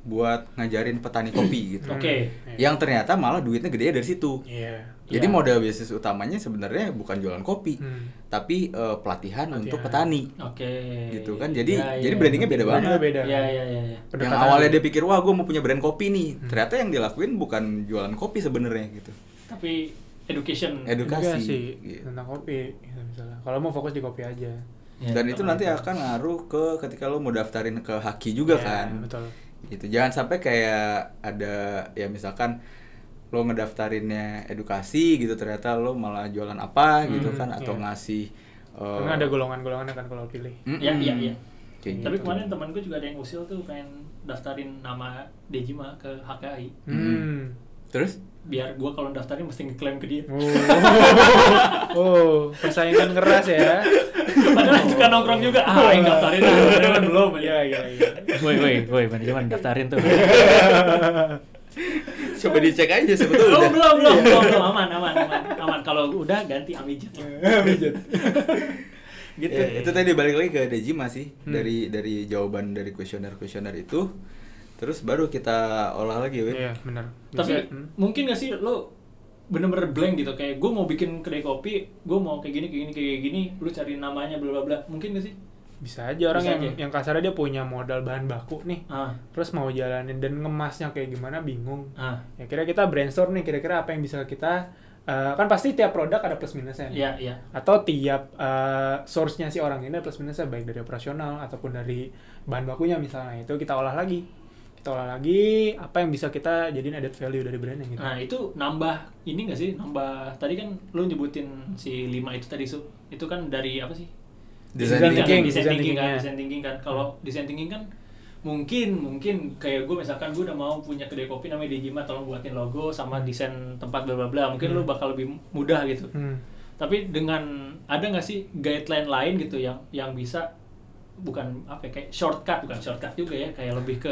buat ngajarin petani kopi gitu. Oke. Yang ternyata malah duitnya gede dari situ. Iya. Jadi Iya. modal bisnis utamanya sebenarnya bukan jualan kopi, Hmm. tapi uh, pelatihan, Pelatihan. untuk petani. Oke. Gitu kan. Jadi Ya, jadi ya. brandingnya beda banget. Brandingnya beda. Iya iya iya iya. Yang Pendekatan. awalnya dia pikir wah gue mau punya brand kopi nih, Hmm. ternyata yang dilakuin bukan jualan kopi sebenarnya gitu. Tapi education. Edukasi. Edukasi Gitu. tentang kopi gitu misalnya. Kalau mau fokus di kopi aja. Ya, Dan itu teman. nanti akan ngaruh ke ketika lo mau daftarin ke Haki juga Ya, kan. betul. Gitu. Jangan sampai kayak ada ya misalkan lo ngedaftarinnya edukasi gitu ternyata lo malah jualan apa gitu Hmm, kan atau iya. ngasih uh, Karena ada golongan-golongannya kan kalau pilih. mm-mm. Ya iya iya. Kayak Tapi gitu. kemarin teman gue juga ada yang usil tuh pengen daftarin nama Dejima ke H K I. Hmm. Terus Biar gue kalau daftarin mesti ngeklaim ke dia. Oh. Oh, persaingan keras ya. Padahal suka nongkrong juga. Ah, yang daftarin ah, manajemen belum. Iya, iya, iya. Woi, woi, woi, manajemen daftarin tuh. coba dicek aja sebetulnya. Oh, udah. belum, belum, belum, belum, aman, aman, aman, aman. Kalau udah ganti Amijit. Mijit. Gitu. Ya, itu tadi balik lagi ke Dejima sih Hmm. dari dari jawaban dari kuesioner-kuesioner itu terus baru kita olah lagi Win. Iya, benar. Tapi Bisa- hmm. mungkin gak sih lo bener-bener blank gitu kayak gue mau bikin kedai kopi, gue mau kayak gini kayak gini kayak gini, lu cari namanya bla bla bla. Mungkin gak sih? Bisa aja orang Bisa yang aja. yang kasarnya dia punya modal bahan baku nih. Ah, Terus mau jalanin dan ngemasnya kayak gimana bingung. ah. Ya kira kita brainstorm nih kira-kira apa yang bisa kita eh, kan pasti tiap produk ada plus minusnya. nih. Iya, iya. Atau tiap eh, source-nya si orang ini ada plus minusnya baik dari operasional ataupun dari bahan bakunya misalnya. Itu kita olah lagi. Kita olah lagi apa yang bisa kita jadiin added value dari brandnya gitu. Nah, itu nambah ini gak sih? Nambah tadi kan lu nyebutin si lima itu tadi Su. Itu kan dari apa sih? Design Design kan, thinking, design design thinking kan, thinking-nya. design thinking kan. Kalau design thinking kan mungkin mungkin kayak gue misalkan gue udah mau punya kedai kopi namanya Dejima, tolong buatin logo sama desain tempat bla bla bla. Mungkin lu Hmm. bakal lebih mudah gitu. Hmm. Tapi dengan ada nggak sih guideline lain gitu yang yang bisa bukan apa ya, kayak shortcut bukan shortcut juga ya, kayak lebih ke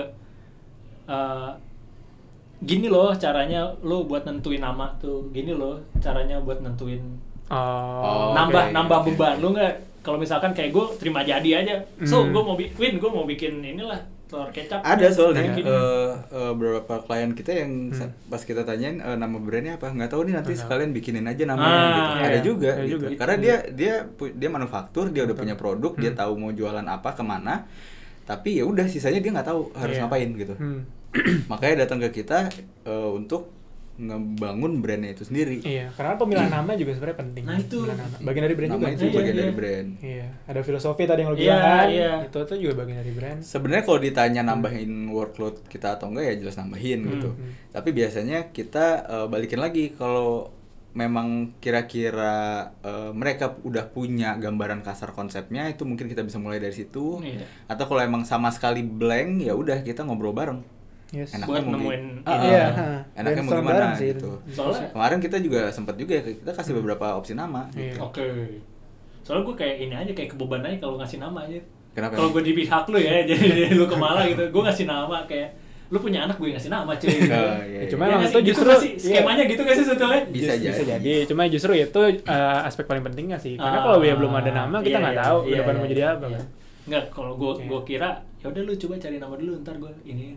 uh, gini loh caranya lo buat nentuin nama tuh, gini loh caranya buat nentuin Oh, nambah oke. nambah beban lu nggak. Kalau misalkan kayak gue terima jadi aja, so Hmm. gue mau bikin gue mau bikin inilah telur kecap. Ada soalnya Kayak gini. eh, eh, beberapa klien kita yang sa- Hmm. pas kita tanyain eh, nama brandnya apa nggak tahu nih nanti Nggak tahu. sekalian bikinin aja namanya Ah, gitu. iya, Ada iya. juga Ada gitu. juga. Karena dia dia pu- dia manufaktur, dia udah Betul. punya produk, dia Hmm. tahu mau jualan apa kemana. Tapi ya udah sisanya dia nggak tahu harus Iya. ngapain gitu. Hmm. Makanya datang ke kita eh, untuk ngebangun brandnya itu sendiri. Iya, karena pemilihan nama juga sebenarnya penting. Nah, itu. Pemilihan nama. Bagian dari brand Nama juga. itu Iya, bagian iya. dari brand. Iya, ada filosofi tadi yang lo Iya, bilang kan. iya. Itu tuh juga bagian dari brand. Sebenarnya kalau ditanya nambahin workload kita atau enggak ya jelas nambahin Hmm, gitu. hmm. Tapi biasanya kita eh, balikin lagi kalau memang kira-kira eh, mereka udah punya gambaran kasar konsepnya itu mungkin kita bisa mulai dari situ. Iya. Atau kalau emang sama sekali blank ya udah kita ngobrol bareng. Yes. Enaknya Buat mau nemuin gi- ini. Ah, Iya, ah. ha. Enaknya mau Brainstorm gimana bareng sih. gitu. Soalnya Kemarin kita juga sempat juga kita kasih beberapa opsi nama. Iya. Gitu. oke. Soalnya gue kayak ini aja kayak kebeban aja kalau ngasih nama aja. Kenapa? Kalau gue di pihak lu ya, jadi lu kemala gitu, gue ngasih nama kayak lu punya anak gue ngasih nama cuy. Oh, iya, Ya, iya. cuma Ya emang nggak itu sih? Gitu justru nggak sih? iya. Skemanya gitu gak sih sebetulnya? Bisa Just- jadi. bisa jadi. Cuma justru itu eh, aspek paling pentingnya sih. Karena Ah, kalau dia belum ada nama kita iya, nggak iya, tahu iya, ke depan iya, mau jadi apa iya. kan. Enggak, kalau gue Oke. gue kira ya udah lu coba cari nama dulu ntar gue ini.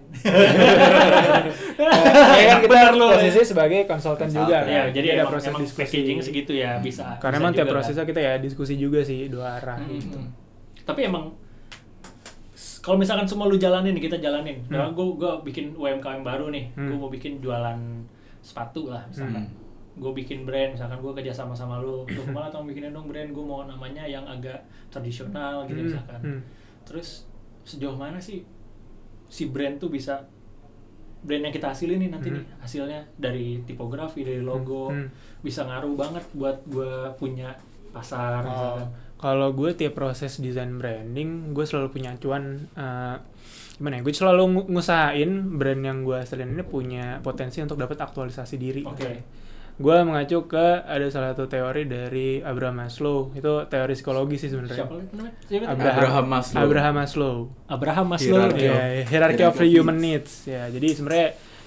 Ya kan kita Bener lu, posisi ya. sebagai konsultan Konsultan. juga. Ya, kan. jadi ada emang, proses emang diskusi. packaging segitu ya bisa. Karena bisa emang tiap juga, prosesnya kan. kita ya diskusi juga sih dua arah Hmm, gitu. hmm. Tapi emang s- kalau misalkan semua lu jalanin, kita jalanin. Hmm. Nah, gue gue bikin U M K M baru nih. Hmm. Gue mau bikin jualan sepatu lah misalkan. Hmm. Gue bikin brand, misalkan gue kerja sama sama lu. Lu kemana tolong bikinin dong brand, gue mau namanya yang agak tradisional gitu Hmm, misalkan. hmm. Terus sejauh mana sih si brand tuh bisa brand yang kita hasilin nih nanti Hmm. nih hasilnya dari tipografi, dari logo Hmm. bisa ngaruh banget buat gue punya pasar Oh, misalkan. kalau gue tiap proses desain branding, gue selalu punya acuan eh, gimana ya? Gue selalu ngu- ngusahain brand yang gue hasilin ini punya potensi untuk dapat aktualisasi diri. Oke. Gue mengacu ke ada salah satu teori dari Abraham Maslow. Itu teori psikologi sih sebenarnya. Siapa lagi namanya? Siapa tadi? Abraham, Abraham Maslow. Abraham Maslow. Abraham Maslow. Hierarchy. Ya, of- hierarchy of hierarchy of human needs. needs. Ya, jadi sebenarnya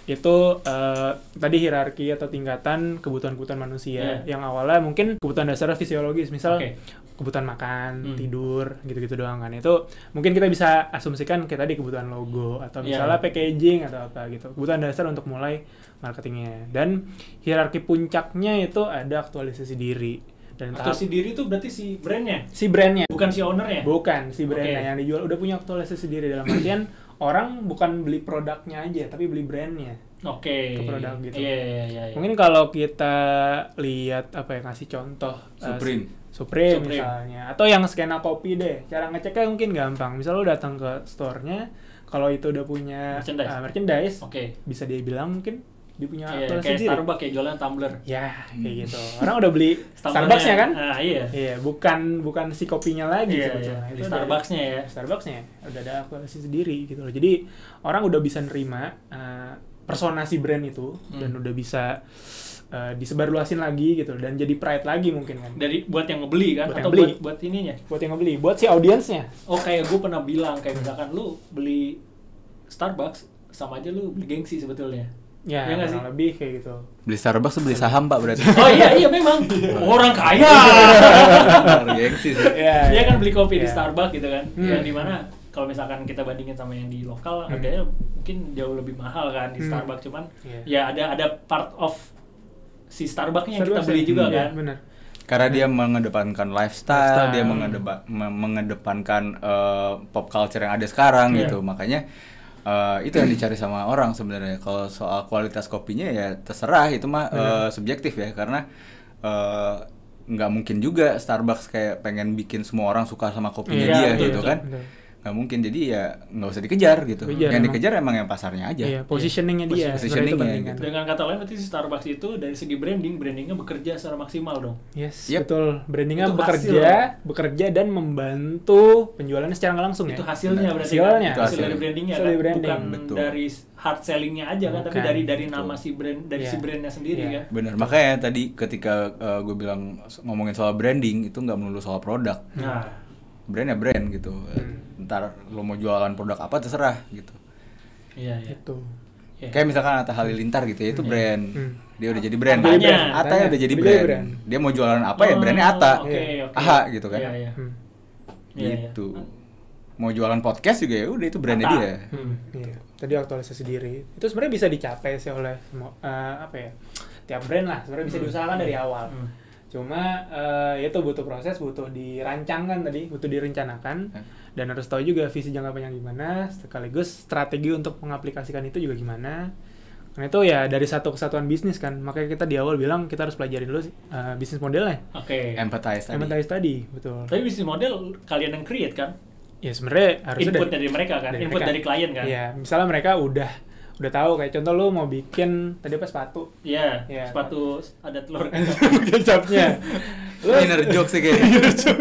itu uh, tadi hierarki atau tingkatan kebutuhan-kebutuhan manusia. Yeah. Yang awalnya mungkin kebutuhan dasar fisiologis, misal Okay. kebutuhan makan, Hmm. tidur, gitu-gitu doang kan. Itu mungkin kita bisa asumsikan kayak tadi kebutuhan logo atau Yeah. misalnya packaging atau apa gitu. Kebutuhan dasar untuk mulai marketingnya. Dan hierarki puncaknya itu ada aktualisasi diri. Dan Atau tahap si diri itu berarti si brandnya, si brandnya, bukan si ownernya. bukan si brandnya Oke. yang dijual udah punya aktualisasi diri dalam artian orang bukan beli produknya aja tapi beli brandnya. Oke. Ke produk gitu. Iya iya iya. iya. Mungkin kalau kita lihat apa ya, ngasih contoh uh, Supreme. Supreme, Supreme. misalnya, atau yang skena kopi deh. Cara ngeceknya mungkin gampang. Misal lo datang ke store-nya, kalau itu udah punya Merchandise. uh, merchandise, Oke. bisa dia bilang mungkin dia punya Iya, aktualisasi kayak diri. Starbucks kayak jualan tumbler. Ya, kayak gitu. Orang udah beli Tumblernya- Starbucks-nya kan? Ah, iya. Iya, bukan bukan si kopinya lagi Iya, sebetulnya. iya. Di Itu ada- Starbucks-nya ya. Starbucks-nya udah ada aktualisasi sendiri gitu loh. Jadi orang udah bisa nerima uh, persona si brand itu Hmm. dan udah bisa uh, disebarluasin lagi gitu dan jadi pride lagi mungkin kan. Dari buat yang ngebeli kan Buat yang atau beli. buat buat ininya. Buat yang ngebeli, buat si audiensnya. Oh kayak gue pernah bilang kayak misalkan lu beli Starbucks sama aja lu beli gengsi sebetulnya. Ya, Iya nggak kurang sih? lebih kayak gitu. Beli Starbucks tuh beli saham Pak berarti. Oh iya iya memang orang kaya. Gengsi sih. Iya, Dia kan beli kopi di Iya. Starbucks gitu kan. Hmm. Yang dimana kalau misalkan kita bandingin sama yang di lokal harganya mungkin jauh lebih mahal kan di Hmm. Starbucks cuman Iya. ya ada ada part of si Starbucks-nya yang kita Starbucks beli ya? juga Iya, kan. benar. Karena dia mengedepankan lifestyle, Lifestyle. dia mengedeba- me- mengedepankan eh, pop culture yang ada sekarang Iya. gitu. Makanya eh, itu yang dicari sama orang sebenarnya. Kalau soal kualitas kopinya ya terserah, itu mah eh, subjektif ya, karena eh, nggak mungkin juga Starbucks kayak pengen bikin semua orang suka sama kopinya Iya, dia betul, gitu betul, kan. betul. Nggak mungkin, jadi ya nggak usah dikejar gitu. Kejar, yang emang. dikejar emang yang pasarnya aja. Iya, positioningnya dia. Positioningnya sebenarnya itu penting kan. gitu. Dengan kata lain berarti si Starbucks itu dari segi branding, brandingnya bekerja secara maksimal dong. Yes, Yep. betul. Brandingnya Itu bekerja, bekerja dan membantu penjualannya secara nggak langsung Itu ya. hasilnya berarti Hasilnya. kan? Itu hasil dari hasilnya. brandingnya Hasil kan, dari branding. bukan Betul. dari hard sellingnya aja kan, tapi Bukan. dari dari Betul. nama si brand, dari Iya. si brandnya sendiri Iya. kan. Bener, makanya tadi ketika uh, gue bilang ngomongin soal branding, itu nggak melulu soal produk. Nah, Brand ya brand gitu. Hmm. Ntar lo mau jualan produk apa terserah gitu. iya iya. Itu. Iya. Kayak misalkan Atta Halilintar gitu ya, itu brand. Hmm. Dia udah jadi brand. Atanya. Atta ya udah jadi Udah jadi brand. brand. Dia mau jualan apa ya Oh, brandnya Atta. Oke, Iya. oke. Aha gitu kan. Iya iya. Hmm. Iya, iya. Gitu. Mau jualan podcast juga ya udah itu brandnya Atta. dia. Hmm, iya. Tadi aktualisasi diri. Itu sebenarnya bisa dicapai sih oleh semua eh, apa ya? Tiap brand lah sebenarnya bisa Hmm. diusahakan dari awal. Hmm. Cuma eh, itu butuh proses, butuh dirancangkan tadi, butuh direncanakan Hmm. dan harus tahu juga visi jangka panjang gimana, sekaligus strategi untuk mengaplikasikan itu juga gimana. Karena itu ya dari satu kesatuan bisnis kan, makanya kita di awal bilang kita harus pelajarin dulu eh, bisnis modelnya. Oke. Empathize tadi. Empathize tadi, betul. Tapi bisnis model kalian yang create kan? Ya sebenarnya harusnya Input dari- dari mereka kan? dari Input mereka. dari klien kan? Iya, misalnya mereka udah udah tahu kayak contoh lu mau bikin tadi apa sepatu Iya, Iya. sepatu ada telur. kecapnya. Lu, Inner joke sih kayaknya.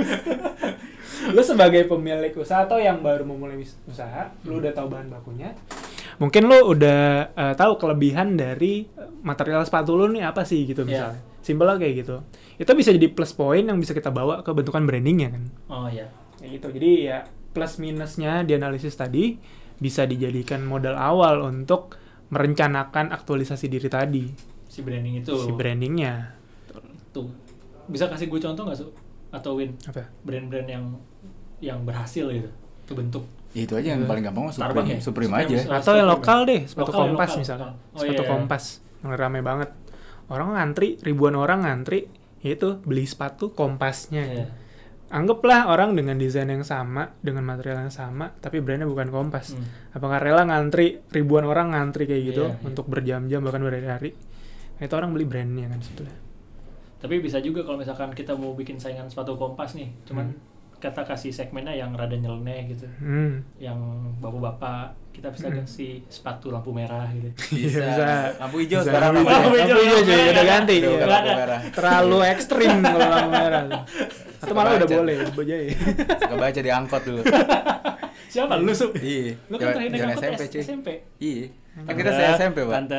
lu sebagai pemilik usaha atau yang baru memulai bis- usaha, lu udah tahu bahan bakunya. Mungkin lu udah eh, tahu kelebihan dari eh, material sepatu lu nih apa sih gitu Iya. misalnya. Simpelnya kayak gitu. Itu bisa jadi plus point yang bisa kita bawa ke bentukan brandingnya kan. Oh iya. Kayak gitu. Jadi ya plus minusnya di analisis tadi bisa dijadikan modal awal untuk merencanakan aktualisasi diri tadi, Si branding itu. si brandingnya. Tuh. Bisa kasih gue contoh nggak, Su? Atau Win? Apa? Brand-brand yang yang berhasil gitu. Kebentuk. Ya, itu aja yang paling gampang mah Starbucks Supreme, ya? Supreme Supreme, aja. Supreme. Atau yang lokal deh, sepatu Lokal, yang kompas lokal. misalnya. Oh, sepatu iya, iya. kompas yang rame banget. Orang ngantri, ribuan orang ngantri, yaitu beli sepatu kompasnya. Iya. Anggaplah orang dengan desain yang sama, dengan material yang sama, tapi brandnya bukan kompas. Hmm. Apakah rela ngantri, ribuan orang ngantri kayak gitu Iya, iya. untuk berjam-jam bahkan berhari-hari? Nah, itu orang beli brandnya kan sebetulnya. Tapi bisa juga kalau misalkan kita mau bikin saingan sepatu kompas nih, cuman kata kasih segmennya yang rada nyeleneh gitu, Hmm. yang bapak-bapak, kita bisa Hmm. kasih sepatu lampu merah gitu. Iya, bisa. Lampu hijau Bisa. sekarang Lampu namanya. Lampu hijau, hijau juga lampu udah merah. ganti. Udah Iya. bukan lampu merah. Terlalu ekstrim kalau lampu merah. Atau malah udah Kebaca. boleh, bojai. Suka baca di angkot dulu. Siapa lu Su? Iya. Lu kan terakhir naik Jangan angkot S M P, S- cuy. S M P. Iya. Kan Tante, kita saya S M P, Pak. Tante.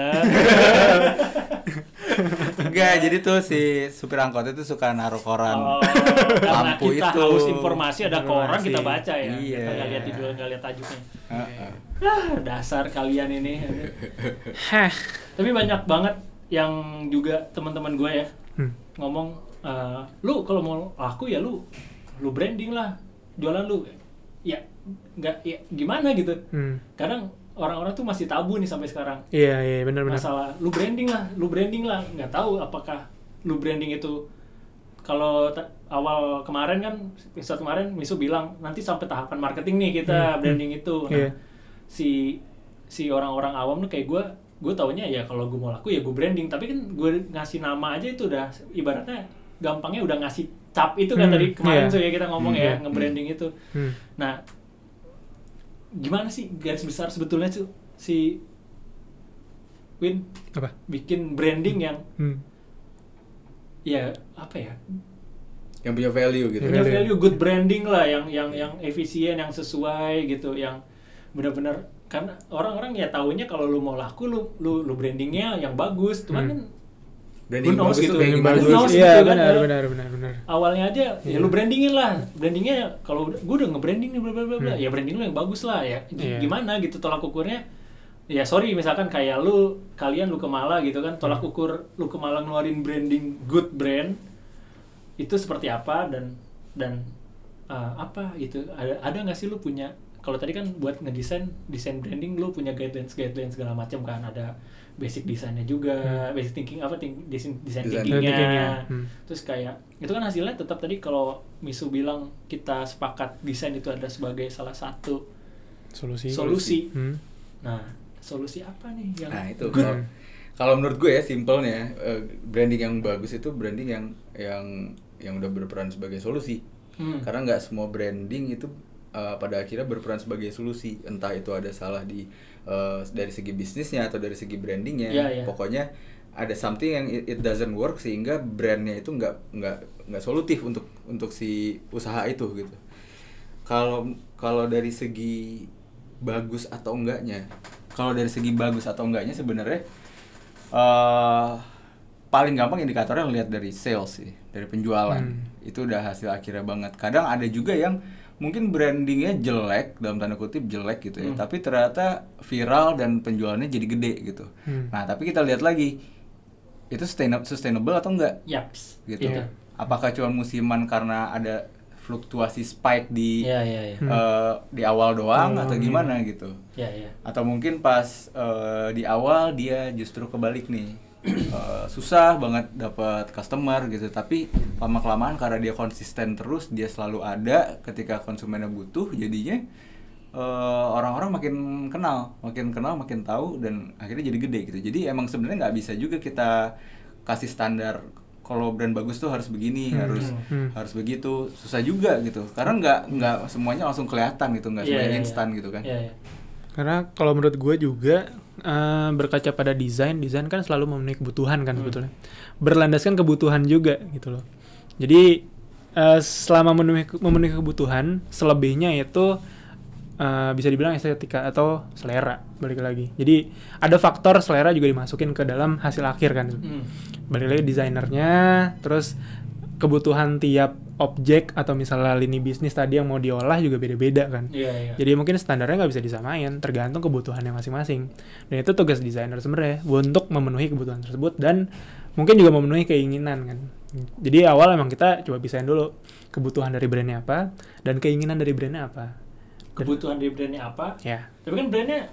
Enggak, jadi tuh si supir angkot itu suka naruh koran. Oh, karena lampu kita itu. haus informasi ada koran Informasi. kita baca ya. Iya. Kita nggak lihat judul, nggak lihat tajuknya. Heeh. Ah, dasar kalian ini. Hah. Tapi banyak banget yang juga teman-teman gue ya Hmm. ngomong, eh, lu kalau mau laku ya lu lu branding lah, jualan lu. Ya nggak, ya gimana gitu. Hmm. Kadang orang-orang tuh masih tabu nih sampai sekarang. Iya, iya, benar-benar. Masalah lu branding lah, lu branding lah. Nggak tahu apakah lu branding itu, kalau ta- awal kemarin kan, episode kemarin Misu bilang nanti sampai tahapan marketing nih kita Hmm. branding itu. Nah, Iya. si si orang-orang awam tuh kayak gue, gue taunya ya kalau gue mau laku ya gue branding. Tapi kan gue ngasih nama aja itu udah ibaratnya gampangnya udah ngasih cap itu kan Hmm, tadi kemarin iya. tuh ya kita ngomong Hmm, ya iya. nge-branding itu. Hmm. Nah, gimana sih garis besar sebetulnya tuh si Win Apa? bikin branding yang Hmm. ya apa ya, Yang punya value gitu. punya Value. value, good branding lah, yang yang yang efisien, yang sesuai gitu, yang benar-benar, karena orang-orang ya taunya kalau lu mau laku lu lu lu brandingnya yang bagus, cuman Hmm. kan Branding Who knows bagus gitu, tuh kayak yang gimana bagus. sih? knows Iya, gitu kan, benar, ya. benar, benar, benar. awalnya aja ya Iya. lu brandingin lah, brandingnya kalau gue udah nge-branding nih bla bla bla bla, Hmm. ya branding lu yang bagus lah ya. G- Iya. Gimana gitu tolak ukurnya? Ya sorry, misalkan kayak lu, kalian lu Kemala gitu kan, tolak Hmm. ukur lu Kemala ngeluarin branding good brand itu seperti apa, dan dan uh, apa gitu, ada ada nggak sih lu punya, kalau tadi kan buat ngedesain desain branding lu punya guidelines guidelines segala macam kan, ada basic desainnya juga, Hmm. basic thinking apa think, desain desain Design thinkingnya. thinkingnya. Hmm. Terus kayak itu kan hasilnya tetap tadi kalau Misu bilang kita sepakat desain itu ada sebagai salah satu Solusi. solusi. Hmm. Nah, solusi apa nih yang Nah, itu good? kalau kalau menurut gue ya simpelnya eh, branding yang bagus itu branding yang yang yang udah berperan sebagai solusi. Hmm. Karena nggak semua branding itu uh, pada akhirnya berperan sebagai solusi, entah itu ada salah di uh, dari segi bisnisnya atau dari segi brandingnya. Iya, iya. Pokoknya ada something yang it, it doesn't work sehingga brandnya itu nggak nggak nggak solutif untuk untuk si usaha itu gitu. Kalau kalau dari segi bagus atau enggaknya, kalau dari segi bagus atau enggaknya sebenarnya uh, paling gampang indikatornya lihat dari sales sih, dari penjualan. Hmm. Itu udah hasil akhirnya banget. Kadang ada juga yang mungkin brandingnya jelek, dalam tanda kutip jelek gitu ya, Hmm. tapi ternyata viral dan penjualannya jadi gede gitu. Hmm. Nah, tapi kita lihat lagi itu sustainable, sustainable atau enggak Yaps. gitu. Iya. Apakah cuma musiman karena ada fluktuasi spike di Iya, iya, iya. Hmm. eh, di awal doang Oh, atau iya. gimana gitu? Iya, iya. Atau mungkin pas eh, di awal dia justru kebalik nih, Eh, susah banget dapat customer gitu, tapi lama kelamaan karena dia konsisten terus, dia selalu ada ketika konsumennya butuh, jadinya eh, orang-orang makin kenal, makin kenal, makin tahu, dan akhirnya jadi gede gitu. Jadi emang sebenarnya nggak bisa juga kita kasih standar kalau brand bagus tuh harus begini, Hmm. harus Hmm. harus begitu, susah juga gitu. Karena nggak nggak semuanya langsung kelihatan gitu, nggak Iya, semuanya iya, instan iya. gitu kan. Iya, iya. Karena kalau menurut gue juga eh, berkaca pada desain, desain kan selalu memenuhi kebutuhan kan Hmm. sebetulnya. Berlandaskan kebutuhan juga gitu loh. Jadi eh, selama memenuhi memenuhi kebutuhan, selebihnya itu eh, bisa dibilang estetika atau selera, balik lagi. Jadi ada faktor selera juga dimasukin ke dalam hasil akhir kan. Hmm. Balik lagi desainernya, terus kebutuhan tiap objek atau misalnya lini bisnis tadi yang mau diolah juga beda-beda kan. Iya, iya. Jadi mungkin standarnya nggak bisa disamain, tergantung kebutuhannya masing-masing. Dan itu tugas desainer sebenarnya untuk memenuhi kebutuhan tersebut dan mungkin juga memenuhi keinginan kan. Jadi awal emang kita coba pisahin dulu kebutuhan dari brandnya apa dan keinginan dari brandnya apa. Dan- Kebutuhan dari brandnya apa? Ya, Tapi kan brandnya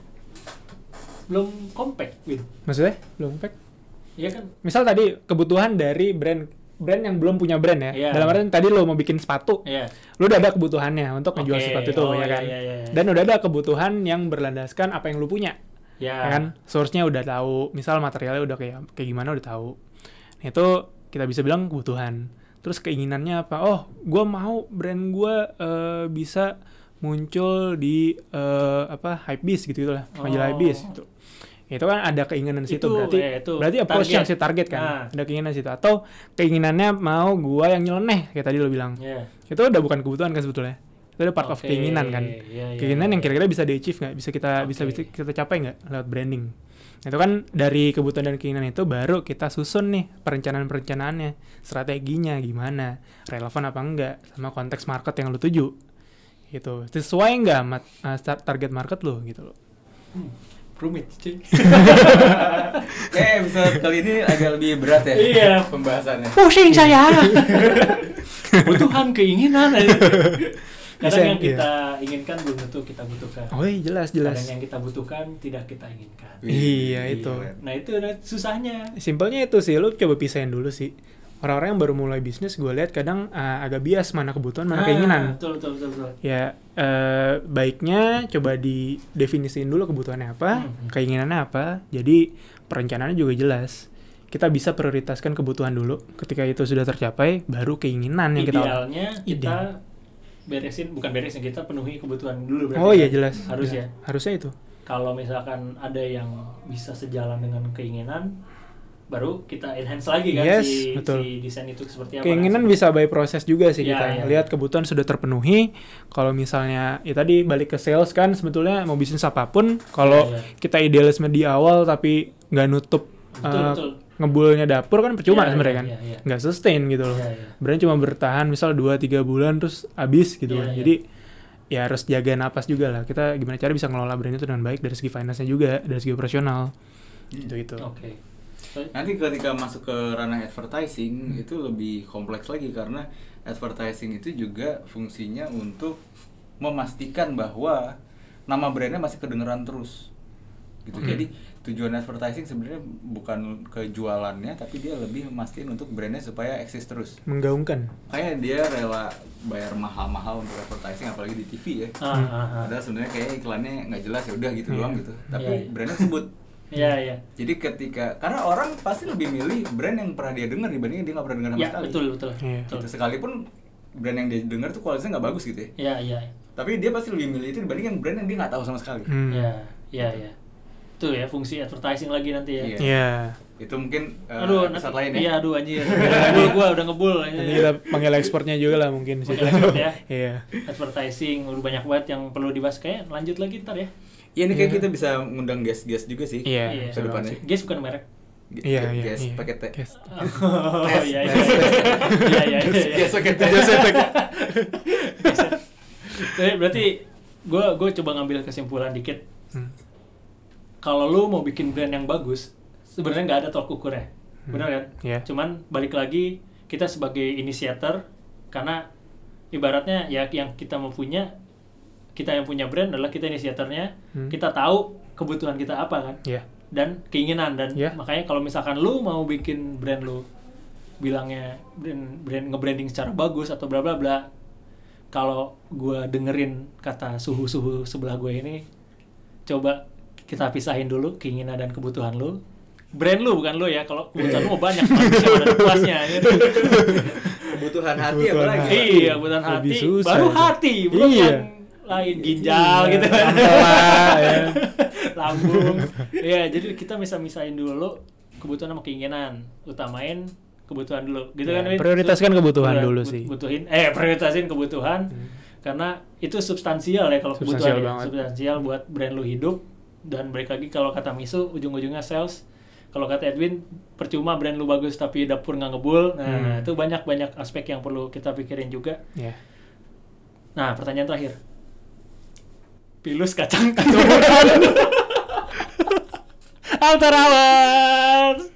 belum compact, Win. maksudnya belum pack. Iya kan? Misal tadi kebutuhan dari brand brand yang belum punya brand ya. Iya. Dalam artian tadi lo mau bikin sepatu, Iya. lu udah ada kebutuhannya untuk ngejual Oke. sepatu itu Oh, ya iya, kan. iya, iya, iya. Dan udah ada kebutuhan yang berlandaskan apa yang lu punya. Ya. Ya kan, source-nya udah tahu, misal materialnya udah kayak kayak gimana udah tahu. Nah, itu kita bisa bilang kebutuhan. Terus keinginannya apa? Oh, gue mau brand gue uh, bisa muncul di uh, apa Hypebeast gitu lah, majalah Oh. Hypebeast gitu. Itu kan ada keinginan di situ, Itu, berarti eh, itu berarti approach target. yang si target kan. Nah. Ada keinginan di situ atau keinginannya mau gue yang nyeleneh kayak tadi lo bilang. Iya. Itu udah bukan kebutuhan kan sebetulnya. Itu ada part of Oke, keinginan kan. iya, iya, Keinginan iya. yang kira-kira bisa di-achieve nggak? Bisa kita bisa Oke. bisa kita capai nggak lewat branding? Nah, itu kan dari kebutuhan dan keinginan itu baru kita susun nih perencanaan-perencanaannya, strateginya gimana, relevan apa enggak sama konteks market yang lu tuju. Gitu. Sesuai nggak sama uh, start- target market lu gitu loh. Hmm, rumit, cuy. Oke, episode kali ini agak lebih berat ya. Iya. Pembahasannya. Pusing saya. Kebutuhan, keinginan. Kadang Bisa, yang iya. kita inginkan belum tentu kita butuhkan. Oh iya, jelas jelas. Kadang yang kita butuhkan tidak kita inginkan. Iya, itu. Nah itu nah, susahnya. Simpelnya itu sih, lu coba pisahin dulu sih. Orang-orang yang baru mulai bisnis gue lihat kadang uh, agak bias mana kebutuhan mana Ah, keinginan. Betul, betul, betul, betul. Ya, eh, baiknya coba didefinisiin dulu kebutuhannya apa, Hmm. keinginannya apa. Jadi perencanaannya juga jelas. Kita bisa prioritaskan kebutuhan dulu. Ketika itu sudah tercapai, baru keinginan yang kita. Idealnya kita Ideal. beresin, bukan beresin, kita penuhi kebutuhan dulu berarti. Oh iya kan? jelas. Harus ya. Harusnya itu. Kalau misalkan ada yang bisa sejalan dengan keinginan, baru kita enhance lagi kan Yes, si, betul. si desain itu seperti apa. Keinginan kan? bisa by proses juga sih Iya, kita. iya. Lihat kebutuhan sudah terpenuhi. Kalau misalnya, ya tadi balik ke sales kan, sebetulnya mau bisnis apapun, kalau Iya, iya. kita idealisme di awal tapi nggak nutup Betul, eh, betul. ngebulnya dapur kan percuma Iya, sebenarnya iya, kan. iya, iya. Nggak sustain gitu loh. Iya, iya. Brand cuma bertahan misal dua tiga bulan terus habis gitu Iya, kan. iya. Jadi ya harus jaga napas juga lah. Kita gimana cara bisa ngelola brand itu dengan baik dari segi finance-nya juga, dari segi operasional. Gitu itu. Oke. Nanti ketika masuk ke ranah advertising Hmm. itu lebih kompleks lagi karena advertising itu juga fungsinya untuk memastikan bahwa nama brandnya masih kedengeran terus gitu. Hmm. Jadi tujuan advertising sebenarnya bukan ke jualannya tapi dia lebih memastiin untuk brandnya supaya eksis terus. Menggaungkan. Kayak dia rela bayar mahal-mahal untuk advertising apalagi di T V ya. Ah, ah, ah. Padahal sebenarnya kayak iklannya nggak jelas ya udah gitu Iya. doang gitu. Tapi Iya, iya. brandnya sebut. Iya, iya. Jadi ketika karena orang pasti lebih milih brand yang pernah dia dengar dibandingin dia nggak pernah dengar sama Ya, sekali. betul, betul. Iya. Betul. Gitu. Sekalipun brand yang dia dengar tuh kualitasnya nggak bagus gitu ya. Iya, iya. Tapi dia pasti lebih milih itu dibanding yang brand yang dia nggak tahu sama sekali. Hmm. Iya, iya, iya. Itu ya fungsi advertising lagi nanti ya. Iya. Iya. Itu mungkin uh, Aduh, episode nanti, lain ya. iya, aduh anjir. Ngebul gua udah ngebul. Nanti kita panggil ekspornya juga lah mungkin di situ. Panggil ekspor ya. Iya. Advertising udah banyak banget yang perlu dibahas, kayak lanjut lagi ntar ya. Iya ini kayak Iya. kita bisa ngundang guest-guest juga sih. Iya. Iya. Ke depannya. Guys bukan merek. Ge- Iya, ge- iya. Guest iya. pakai T. Guest. Oh Tes, iya iya. tes, tes. Iya iya iya. Guest pakai T. Jadi berarti gue gue coba ngambil kesimpulan dikit. Hmm. Kalau lu mau bikin brand yang bagus, sebenarnya nggak ada tolak ukurnya, benar kan? Iya. Cuman balik lagi kita sebagai inisiator, karena ibaratnya ya yang kita mau punya, kita yang punya brand adalah kita inisiatornya, Hmm. kita tahu kebutuhan kita apa kan, Iya. dan keinginan dan Iya. makanya kalau misalkan lu mau bikin brand lu, bilangnya brand brand nge-branding secara bagus atau bla bla bla, kalau gue dengerin kata suhu-suhu sebelah gue ini, coba kita pisahin dulu keinginan dan kebutuhan lu. Brand lu bukan lu ya, kalau kebutuhan lu mau banyak manusia ada puasnya. Gitu. Kebutuhan hati Kebutuhan apalagi. hati. Iya, kebutuhan Lebih hati, susah baru itu. hati, belum Iya. yang lain ginjal Iya, gitu. ampela, ya. Lambung. Iya, jadi kita bisa misahin dulu kebutuhan sama keinginan, utamain kebutuhan dulu. Gitu Ya, kan, Win? prioritaskan kebutuhan Iya, dulu but- sih. Butuhin eh prioritasin kebutuhan. Karena itu substansial ya kalau Substansial kebutuhan ya. banget. Substansial buat brand lu hidup. Dan balik lagi kalau kata Misu ujung-ujungnya sales. Kalau kata Edwin percuma brand lu bagus tapi dapur nggak ngebul. Nah, Hmm. itu banyak-banyak aspek yang perlu kita pikirin juga. Iya. Nah, pertanyaan terakhir. Pilus kacang kacang. After hours.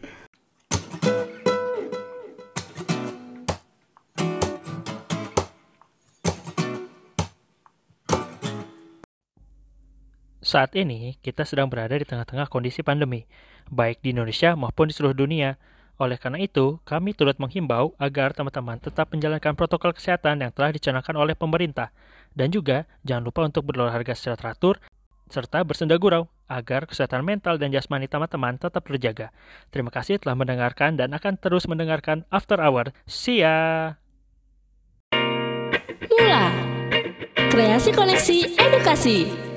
Saat ini, kita sedang berada di tengah-tengah kondisi pandemi, baik di Indonesia maupun di seluruh dunia. Oleh karena itu, kami turut menghimbau agar teman-teman tetap menjalankan protokol kesehatan yang telah dicanangkan oleh pemerintah. Dan juga, jangan lupa untuk berolahraga secara teratur, serta bersenda gurau, agar kesehatan mental dan jasmani teman-teman tetap terjaga. Terima kasih telah mendengarkan dan akan terus mendengarkan After Hour. See ya! Mula, kreasi koneksi edukasi.